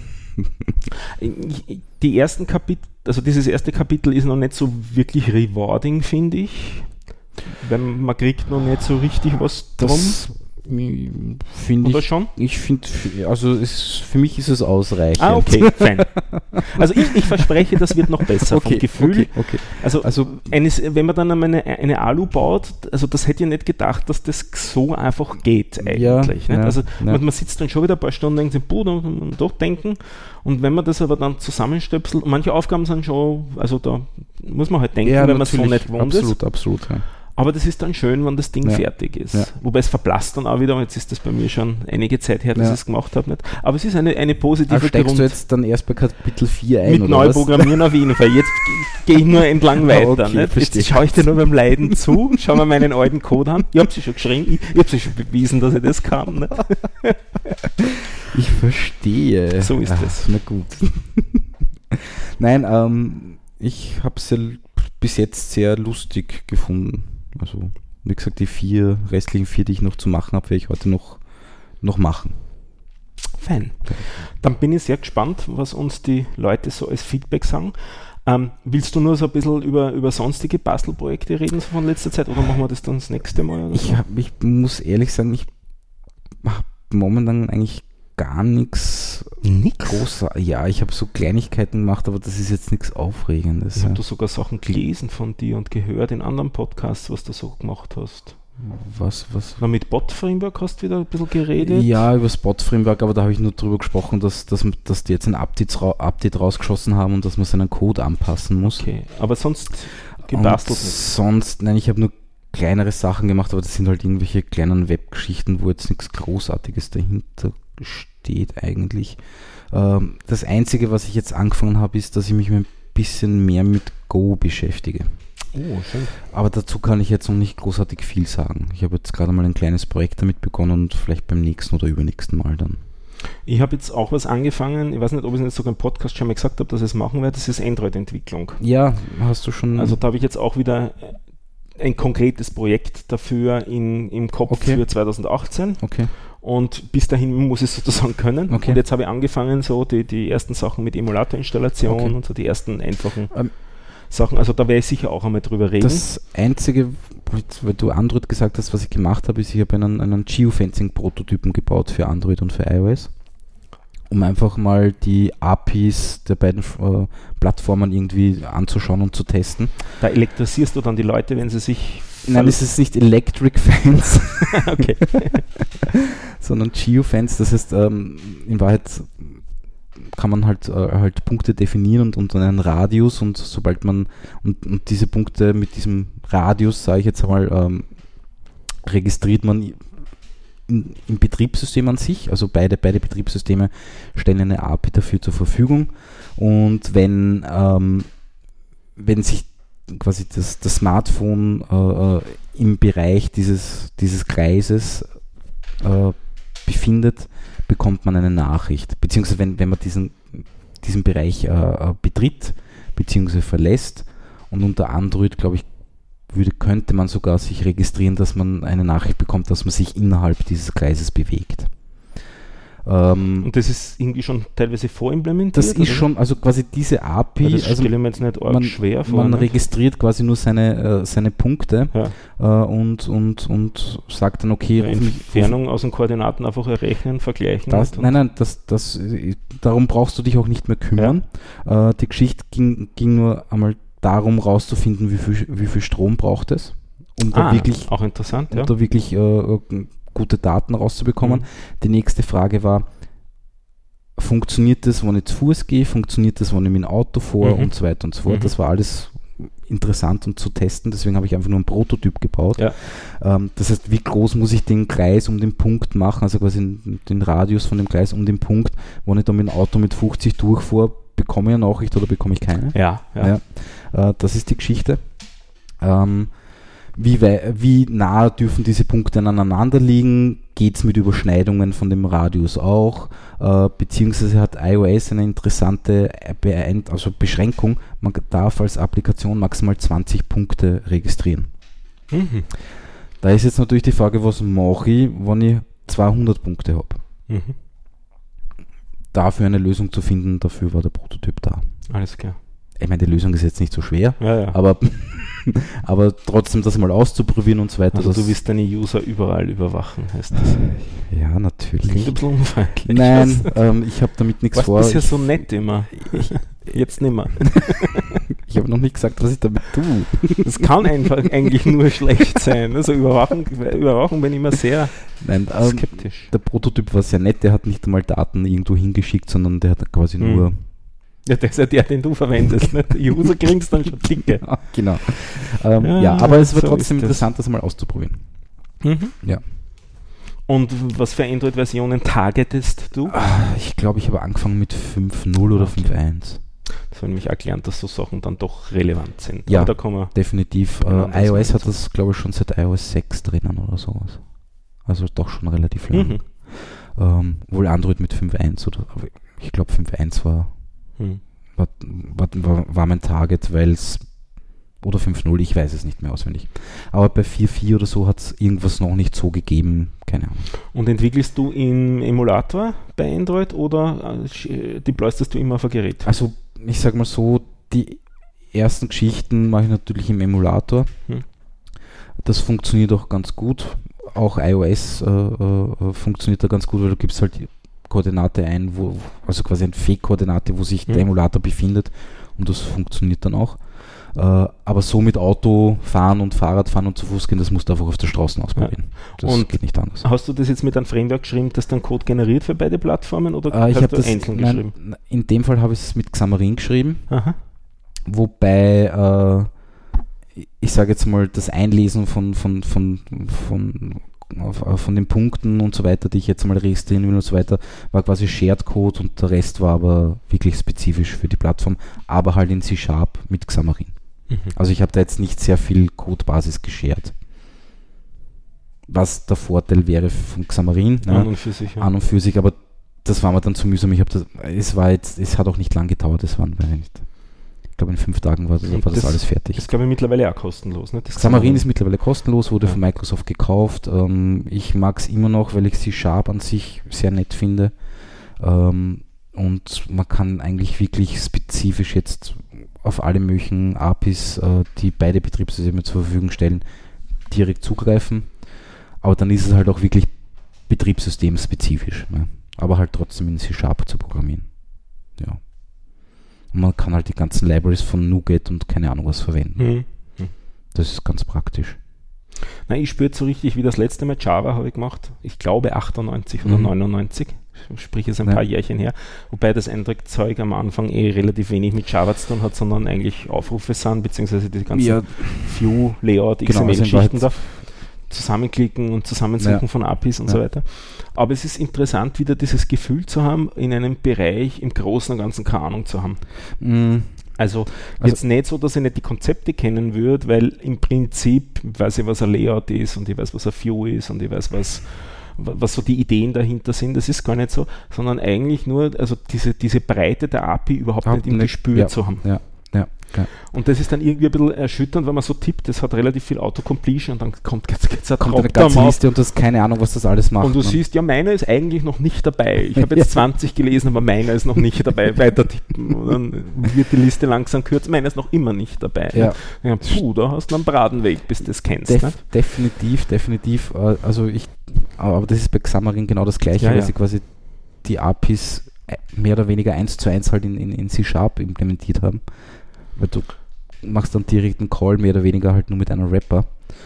Die ersten Kapitel, also dieses erste Kapitel ist noch nicht so wirklich rewarding, finde ich. Weil man kriegt noch nicht so richtig was drum. Das finde ich schon? Ich finde, also für mich ist es ausreichend. Ah, okay, fein. Also ich verspreche, das wird noch besser vom Gefühl. Okay. Also wenn man dann eine Alu baut, also das hätte ich nicht gedacht, dass das so einfach geht eigentlich. Man sitzt dann schon wieder ein paar Stunden und denkt, und durchdenken, und wenn man das aber dann zusammenstöpselt, manche Aufgaben sind schon, also da muss man halt denken, wenn man es so nicht gewohnt ist. Absolut. Ja. Aber das ist dann schön, wenn das Ding fertig ist. Ja. Wobei es verblasst dann auch wieder, jetzt ist das bei mir schon einige Zeit her, dass ich es gemacht habe. Nicht. Aber es ist eine positive steigst du jetzt dann erst bei Kapitel 4 ein? Mit neu programmieren auf jeden Fall. Jetzt gehe ich nur entlang weiter. Okay, jetzt schaue ich dir nur beim Leiden zu, schau mir meinen alten Code an. Ich habe sie schon geschrieben, ich habe sie schon bewiesen, dass ich das kann. Nicht. Ich verstehe. So ist das. Na gut. Nein, ich habe es ja bis jetzt sehr lustig gefunden. Also, wie gesagt, die restlichen 4, die ich noch zu machen habe, werde ich heute noch machen. Fein. Dann bin ich sehr gespannt, was uns die Leute so als Feedback sagen. Willst du nur so ein bisschen über sonstige Bastelprojekte reden so von letzter Zeit, oder machen wir das dann das nächste Mal? Ich muss ehrlich sagen, ich habe momentan eigentlich gar nichts großer. Ja, ich habe so Kleinigkeiten gemacht, aber das ist jetzt nichts Aufregendes. Ich habe da sogar Sachen gelesen von dir und gehört in anderen Podcasts, was du so gemacht hast. Was? Mit Bot-Framework hast du wieder ein bisschen geredet? Ja, über das Bot-Framework, aber da habe ich nur drüber gesprochen, dass die jetzt ein Update rausgeschossen haben und dass man seinen Code anpassen muss. Okay, aber sonst gebastelt nicht? Sonst, nein, ich habe nur kleinere Sachen gemacht, aber das sind halt irgendwelche kleinen Webgeschichten, wo jetzt nichts Großartiges dahinter steht eigentlich. Das Einzige, was ich jetzt angefangen habe, ist, dass ich mich ein bisschen mehr mit Go beschäftige. Oh, schön. Aber dazu kann ich jetzt noch nicht großartig viel sagen. Ich habe jetzt gerade mal ein kleines Projekt damit begonnen und vielleicht beim nächsten oder übernächsten Mal dann. Ich habe jetzt auch was angefangen, ich weiß nicht, ob ich es nicht sogar im Podcast schon mal gesagt habe, dass ich es machen werde, das ist Android-Entwicklung. Ja, hast du schon. Also da habe ich jetzt auch wieder ein konkretes Projekt dafür im Kopf für 2018. Okay. Und bis dahin muss ich es sozusagen können. Okay. Und jetzt habe ich angefangen, so die ersten Sachen mit Emulator-Installation und so die ersten einfachen Sachen. Also da werde ich sicher auch einmal drüber reden. Das Einzige, weil du Android gesagt hast, was ich gemacht habe, ist, ich habe einen Geofencing-Prototypen gebaut für Android und für iOS, um einfach mal die APIs der beiden Plattformen irgendwie anzuschauen und zu testen. Da elektrisierst du dann die Leute, wenn sie sich... Nein, es ist nicht Electric Fence, okay. sondern Geofence. Das heißt, in Wahrheit kann man halt Punkte definieren und einen Radius, und sobald man und diese Punkte mit diesem Radius, sage ich jetzt einmal, registriert man im Betriebssystem an sich. Also beide Betriebssysteme stellen eine API dafür zur Verfügung, und wenn sich quasi das Smartphone im Bereich dieses Kreises befindet, bekommt man eine Nachricht. Beziehungsweise wenn man diesen Bereich betritt bzw. verlässt, und unter Android, glaube ich, könnte man sogar sich registrieren, dass man eine Nachricht bekommt, dass man sich innerhalb dieses Kreises bewegt. Und das ist irgendwie schon teilweise vorimplementiert? Das ist schon, also quasi diese API, das also stelle ich mir jetzt nicht arg schwer vor. Man registriert quasi nur seine Punkte und sagt dann, okay, Entfernung aus den Koordinaten einfach errechnen, vergleichen. Darum brauchst du dich auch nicht mehr kümmern. Ja. Die Geschichte ging nur einmal darum, rauszufinden, wie viel Strom braucht es, um da wirklich, auch interessant, da wirklich gute Daten rauszubekommen. Die nächste Frage war, funktioniert das, wenn ich zu Fuß gehe, funktioniert das, wenn ich mit dem Auto fahre und so weiter und so fort. Das war alles interessant und zu testen, deswegen habe ich einfach nur einen Prototyp gebaut. Ja. Das heißt, wie groß muss ich den Kreis um den Punkt machen, also quasi den Radius von dem Kreis um den Punkt, wenn ich da mit dem Auto mit 50 durchfahre, bekomme ich eine Nachricht oder bekomme ich keine? Ja. Das ist die Geschichte. Wie nah dürfen diese Punkte aneinander liegen? Geht es mit Überschneidungen von dem Radius auch? Beziehungsweise hat iOS eine interessante Beschränkung. Man darf als Applikation maximal 20 Punkte registrieren. Da ist jetzt natürlich die Frage, was mache ich, wenn ich 200 Punkte habe? Dafür eine Lösung zu finden, dafür war der Prototyp da. Alles klar. Ich meine, die Lösung ist jetzt nicht so schwer, aber trotzdem das mal auszuprobieren und so weiter. Also du willst deine User überall überwachen, heißt das? Ja, natürlich. Klingt ein bisschen unfeindlich. Nein, ich habe damit nichts vor. Du bist ja so nett immer. Jetzt nicht mehr. Ich habe noch nicht gesagt, was ich damit tue. Das kann einfach eigentlich nur schlecht sein. Also Überwachung bin ich immer sehr skeptisch. Der Prototyp war sehr nett, der hat nicht einmal Daten irgendwo hingeschickt, sondern der hat quasi nur... Ja, das ist ja der, den du verwendest. Nicht? Die User kriegst dann schon dicke. Ja, genau. Aber es war trotzdem interessant, das mal auszuprobieren. Ja. Und was für Android-Versionen targetest du? Ich glaube, ich habe angefangen mit 5.0 oder 5.1. Das war nämlich auch gelernt, dass so Sachen dann doch relevant sind. Ja, definitiv. iOS hat das, glaube ich, schon seit iOS 6 drinnen oder sowas. Also doch schon relativ lang. Wohl Android mit 5.1 oder ich glaube 5.1 war mein Target, weil es oder 5.0, ich weiß es nicht mehr auswendig. Aber bei 4.4 oder so hat es irgendwas noch nicht so gegeben, keine Ahnung. Und entwickelst du im Emulator bei Android oder deployst du immer auf ein Gerät? Also ich sage mal so, die ersten Geschichten mache ich natürlich im Emulator. Das funktioniert auch ganz gut. Auch iOS funktioniert da ganz gut, weil du gibst halt Koordinate ein, also quasi eine Fake-Koordinate, wo sich der Emulator befindet und das funktioniert dann auch. Aber so mit Auto fahren und Fahrradfahren und zu Fuß gehen, das musst du einfach auf der Straße ausprobieren. Das und geht nicht anders. Hast du das jetzt mit einem Framework geschrieben, das dann Code generiert für beide Plattformen oder hast du einzeln geschrieben? In dem Fall habe ich es mit Xamarin geschrieben, wobei ich sage jetzt mal, das Einlesen von den Punkten und so weiter, die ich jetzt mal registrieren will und so weiter, war quasi Shared Code und der Rest war aber wirklich spezifisch für die Plattform, aber halt in C# mit Xamarin. Also ich habe da jetzt nicht sehr viel Codebasis geshared. Was der Vorteil wäre von Xamarin. An und für sich. Ja. An und für sich, aber das war mir dann zu mühsam. Es hat auch nicht lang gedauert, ich glaube in 5 Tagen war das alles fertig. Das ist, glaube ich, mittlerweile auch kostenlos. Ne? Xamarin ist mittlerweile kostenlos, wurde von Microsoft gekauft. Ich mag es immer noch, weil ich C# an sich sehr nett finde. Und man kann eigentlich wirklich spezifisch jetzt auf alle möglichen APIs, die beide Betriebssysteme zur Verfügung stellen, direkt zugreifen. Aber dann ist es halt auch wirklich betriebssystemspezifisch. Ne? Aber halt trotzdem in C# zu programmieren. Ja. Und man kann halt die ganzen Libraries von NuGet und keine Ahnung was verwenden. Das ist ganz praktisch. Nein, ich spüre so richtig wie das letzte Mal Java habe ich gemacht. Ich glaube 98 oder 99. Sprich, ist ein paar Jährchen her. Wobei das Android-Zeug am Anfang relativ wenig mit Java zu tun hat, sondern eigentlich Aufrufe sind, beziehungsweise die ganzen View-Layout, XML-Geschichten da. Zusammenklicken und Zusammensuchen von APIs und so weiter. Aber es ist interessant, wieder dieses Gefühl zu haben, in einem Bereich im Großen und Ganzen keine Ahnung zu haben. Also jetzt nicht so, dass ich nicht die Konzepte kennen würde, weil im Prinzip weiß ich, was ein Layout ist und ich weiß, was ein View ist und ich weiß, was so die Ideen dahinter sind. Das ist gar nicht so, sondern eigentlich nur, also diese Breite der API überhaupt nicht im Gespür zu haben. Ja. Ja. Und das ist dann irgendwie ein bisschen erschütternd, wenn man so tippt, das hat relativ viel Autocompletion und dann kommt eine ganze Liste und du hast keine Ahnung, was das alles macht. Und du siehst, ja, meiner ist eigentlich noch nicht dabei. Ich habe jetzt 20 gelesen, aber meiner ist noch nicht dabei. Weiter tippen. Und dann wird die Liste langsam kürzer. Meiner ist noch immer nicht dabei. Ja. Ja, da hast du einen Bratenweg, bis du das kennst. Definitiv. Aber das ist bei Xamarin genau das Gleiche, weil sie quasi die APIs mehr oder weniger 1:1 halt in C# implementiert haben. Weil du machst dann direkt einen Call, mehr oder weniger halt nur mit einem Wrapper.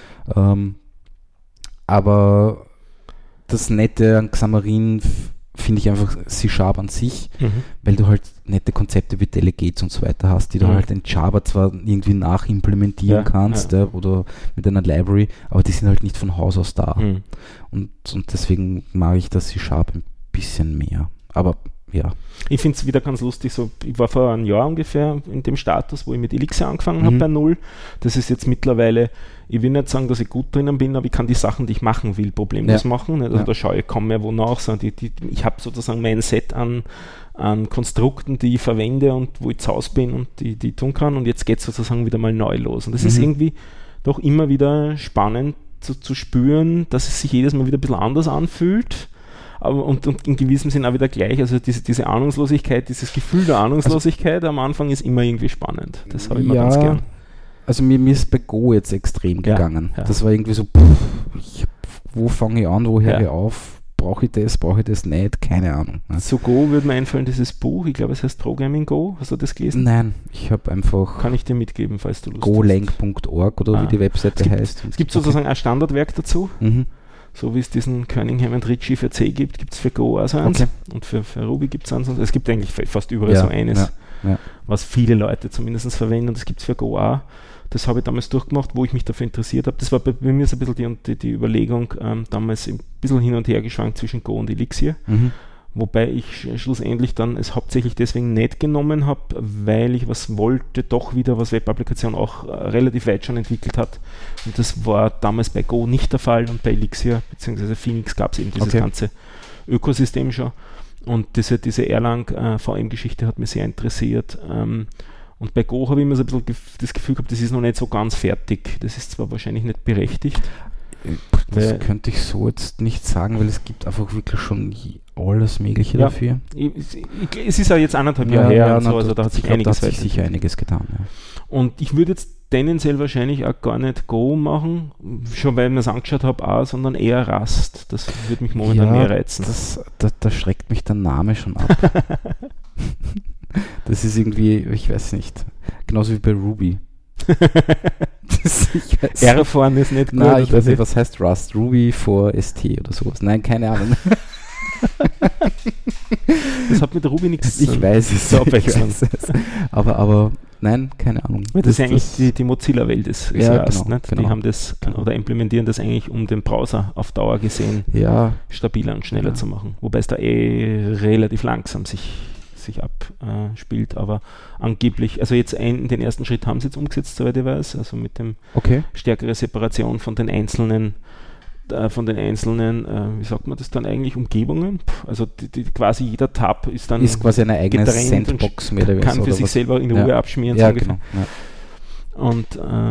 Aber das Nette an Xamarin finde ich einfach C# an sich, weil du halt nette Konzepte wie Delegates und so weiter hast, die du halt in Java zwar irgendwie nachimplementieren kannst oder mit einer Library, aber die sind halt nicht von Haus aus da. Und deswegen mag ich das C# ein bisschen mehr. Aber ja. Ich finde es wieder ganz lustig, so, ich war vor einem Jahr ungefähr in dem Status, wo ich mit Elixir angefangen habe bei 0. Das ist jetzt mittlerweile, ich will nicht sagen, dass ich gut drinnen bin, aber ich kann die Sachen, die ich machen will, problemlos machen. Nicht? Also da schaue ich kaum mehr wonach. Ich habe sozusagen mein Set an Konstrukten, die ich verwende und wo ich zu Hause bin und die tun kann, und jetzt geht es sozusagen wieder mal neu los. Und das ist irgendwie doch immer wieder spannend zu spüren, dass es sich jedes Mal wieder ein bisschen anders anfühlt. Aber und in gewissem Sinn auch wieder gleich, also diese Ahnungslosigkeit, dieses Gefühl der Ahnungslosigkeit am Anfang ist immer irgendwie spannend. Das habe ich immer ganz gern. Also mir ist bei Go jetzt extrem gegangen. Ja. Das war irgendwie so, wo fange ich an, wo höre ich auf, brauche ich das nicht, keine Ahnung. Ne? Zu Go würde mir einfallen, dieses Buch, ich glaube es heißt Programming Go, hast du das gelesen? Nein, ich habe einfach... Kann ich dir mitgeben, falls du Lust hast. golang.org oder wie die Webseite heißt. Es gibt sozusagen ein Standardwerk dazu. So wie es diesen Cunningham und Ritchie für C gibt, gibt es für Go auch so eins. Und für Ruby gibt es eins. Es gibt eigentlich fast überall so eines, was viele Leute zumindest verwenden, und das gibt es für Go auch. Das habe ich damals durchgemacht, wo ich mich dafür interessiert habe. Das war bei mir so ein bisschen die Überlegung, damals ein bisschen hin und her geschwankt zwischen Go und Elixir. Wobei ich schlussendlich dann es hauptsächlich deswegen nicht genommen habe, weil ich was wollte, doch wieder, was Web-Applikation auch relativ weit schon entwickelt hat. Und das war damals bei Go nicht der Fall, und bei Elixir bzw. Phoenix gab es eben dieses ganze Ökosystem schon. Und diese Erlang-VM-Geschichte hat mich sehr interessiert. Und bei Go habe ich immer so ein bisschen das Gefühl gehabt, das ist noch nicht so ganz fertig. Das ist zwar wahrscheinlich nicht berechtigt. Das könnte ich so jetzt nicht sagen, weil es gibt einfach wirklich schon alles Mögliche dafür. Es ist ja jetzt 1,5 Jahre her, und so, also da hat sich sicher einiges getan. Ja. Und ich würde jetzt tendenziell wahrscheinlich auch gar nicht Go machen, schon weil ich mir es angeschaut habe, sondern eher Rust. Das würde mich momentan mehr reizen. Da schreckt mich der Name schon ab. Das ist irgendwie, ich weiß nicht, genauso wie bei Ruby. R-Fahren ist nicht gut. Nein, ich weiß nicht, was heißt Rust? Ruby for ST oder sowas. Nein, keine Ahnung. Das hat mit Ruby nichts zu tun. Ich weiß es. Aber nein, keine Ahnung. Das ist eigentlich die Mozilla-Welt ist Rust. Genau. Die haben das oder implementieren das eigentlich, um den Browser auf Dauer gesehen stabiler und schneller zu machen. Wobei es da relativ langsam sich abspielt, aber angeblich, also jetzt den ersten Schritt haben sie jetzt umgesetzt, soweit ich weiß, also mit dem stärkere Separation von den einzelnen, wie sagt man das dann eigentlich, Umgebungen, also quasi jeder Tab ist quasi eine eigene Sandbox mehr oder weniger. Kann für sich selber in Ruhe abschmieren. Ja, genau. Ja. Und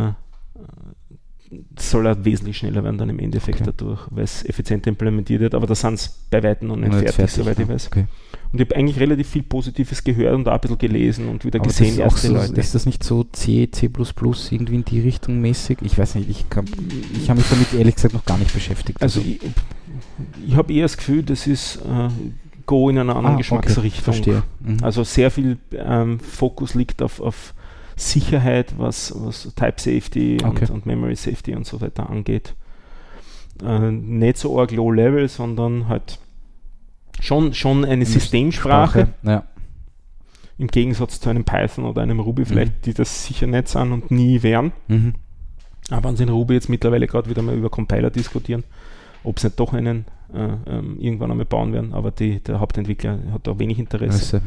soll er wesentlich schneller werden dann im Endeffekt dadurch, weil es effizienter implementiert wird, aber da sind es bei weitem noch nicht fertig, soweit ich weiß. Okay. Und ich habe eigentlich relativ viel Positives gehört und auch ein bisschen gelesen und wieder gesehen, erste Leute. Ist das nicht so C++ irgendwie in die Richtung mäßig? Ich weiß nicht, ich habe mich damit ehrlich gesagt noch gar nicht beschäftigt. Also ich habe eher das Gefühl, das ist Go in einer anderen Geschmacksrichtung. Verstehe. Also sehr viel Fokus liegt auf Sicherheit, was Type Safety und Memory Safety und so weiter angeht. Nicht so arg Low Level, sondern halt schon eine Systemsprache. Ja. Im Gegensatz zu einem Python oder einem Ruby vielleicht, die das sicher nicht sind und nie wären. Aber wenn sie in Ruby jetzt mittlerweile gerade wieder mal über Compiler diskutieren, ob sie nicht doch einen irgendwann einmal bauen werden, aber der Hauptentwickler hat da wenig Interesse.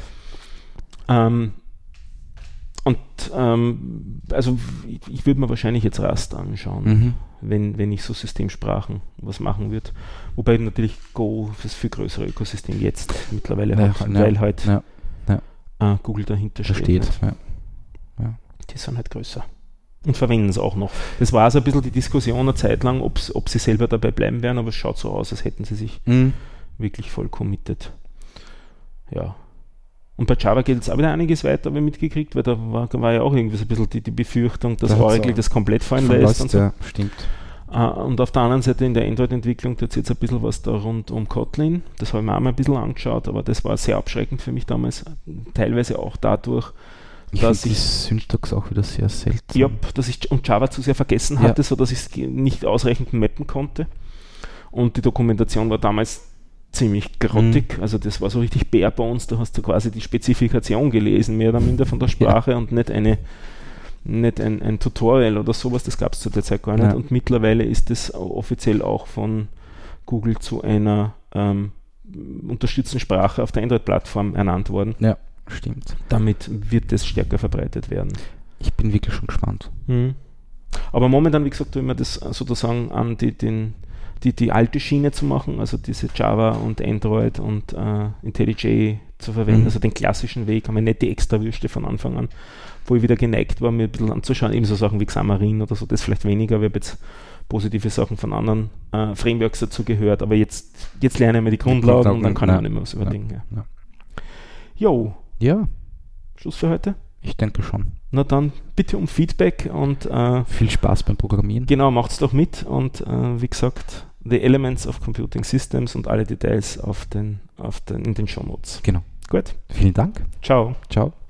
Also ich würde mir wahrscheinlich jetzt Rust anschauen, wenn ich so Systemsprachen was machen würde. Wobei natürlich Go das viel größere Ökosystem jetzt mittlerweile hat, weil halt Google dahinter steht. Die sind halt größer. Und verwenden es auch noch. Das war so ein bisschen die Diskussion eine Zeit lang, ob sie selber dabei bleiben werden, aber es schaut so aus, als hätten sie sich wirklich voll committed. Ja. Und bei Java geht es auch wieder einiges weiter, habe ich mitgekriegt, weil da war ja auch irgendwie so ein bisschen die Befürchtung, dass Oracle das komplett fallen lässt. Und so. Ja, stimmt. Und auf der anderen Seite in der Android-Entwicklung tut es jetzt ein bisschen was da rund um Kotlin. Das habe ich mir auch mal ein bisschen angeschaut, aber das war sehr abschreckend für mich damals. Teilweise auch dadurch, dass ich die Syntax auch wieder sehr seltsam. Ja, dass ich und Java zu sehr vergessen hatte, sodass ich es nicht ausreichend mappen konnte. Und die Dokumentation war damals ziemlich grottig. Also das war so richtig bare bones. Da hast du quasi die Spezifikation gelesen, mehr oder minder von der Sprache und nicht ein Tutorial oder sowas. Das gab es zu der Zeit gar nicht. Und mittlerweile ist das offiziell auch von Google zu einer unterstützten Sprache auf der Android-Plattform ernannt worden. Ja. Stimmt. Damit wird es stärker verbreitet werden. Ich bin wirklich schon gespannt. Aber momentan, wie gesagt, tun wir das sozusagen an die alte Schiene zu machen, also diese Java und Android und IntelliJ zu verwenden, also den klassischen Weg, haben wir nicht die Extrawürste von Anfang an, wo ich wieder geneigt war, mir ein bisschen anzuschauen, eben so Sachen wie Xamarin oder so, das vielleicht weniger, wir haben jetzt positive Sachen von anderen Frameworks dazu gehört, aber jetzt lernen wir die Grundlagen und dann kann ich auch nicht mehr was überlegen. Jo. Ja. Schluss für heute? Ich denke schon. Na dann bitte um Feedback und viel Spaß beim Programmieren. Genau, macht's doch mit und wie gesagt, The Elements of Computing Systems und alle Details in den Shownotes. Genau. Gut. Vielen Dank. Ciao. Ciao.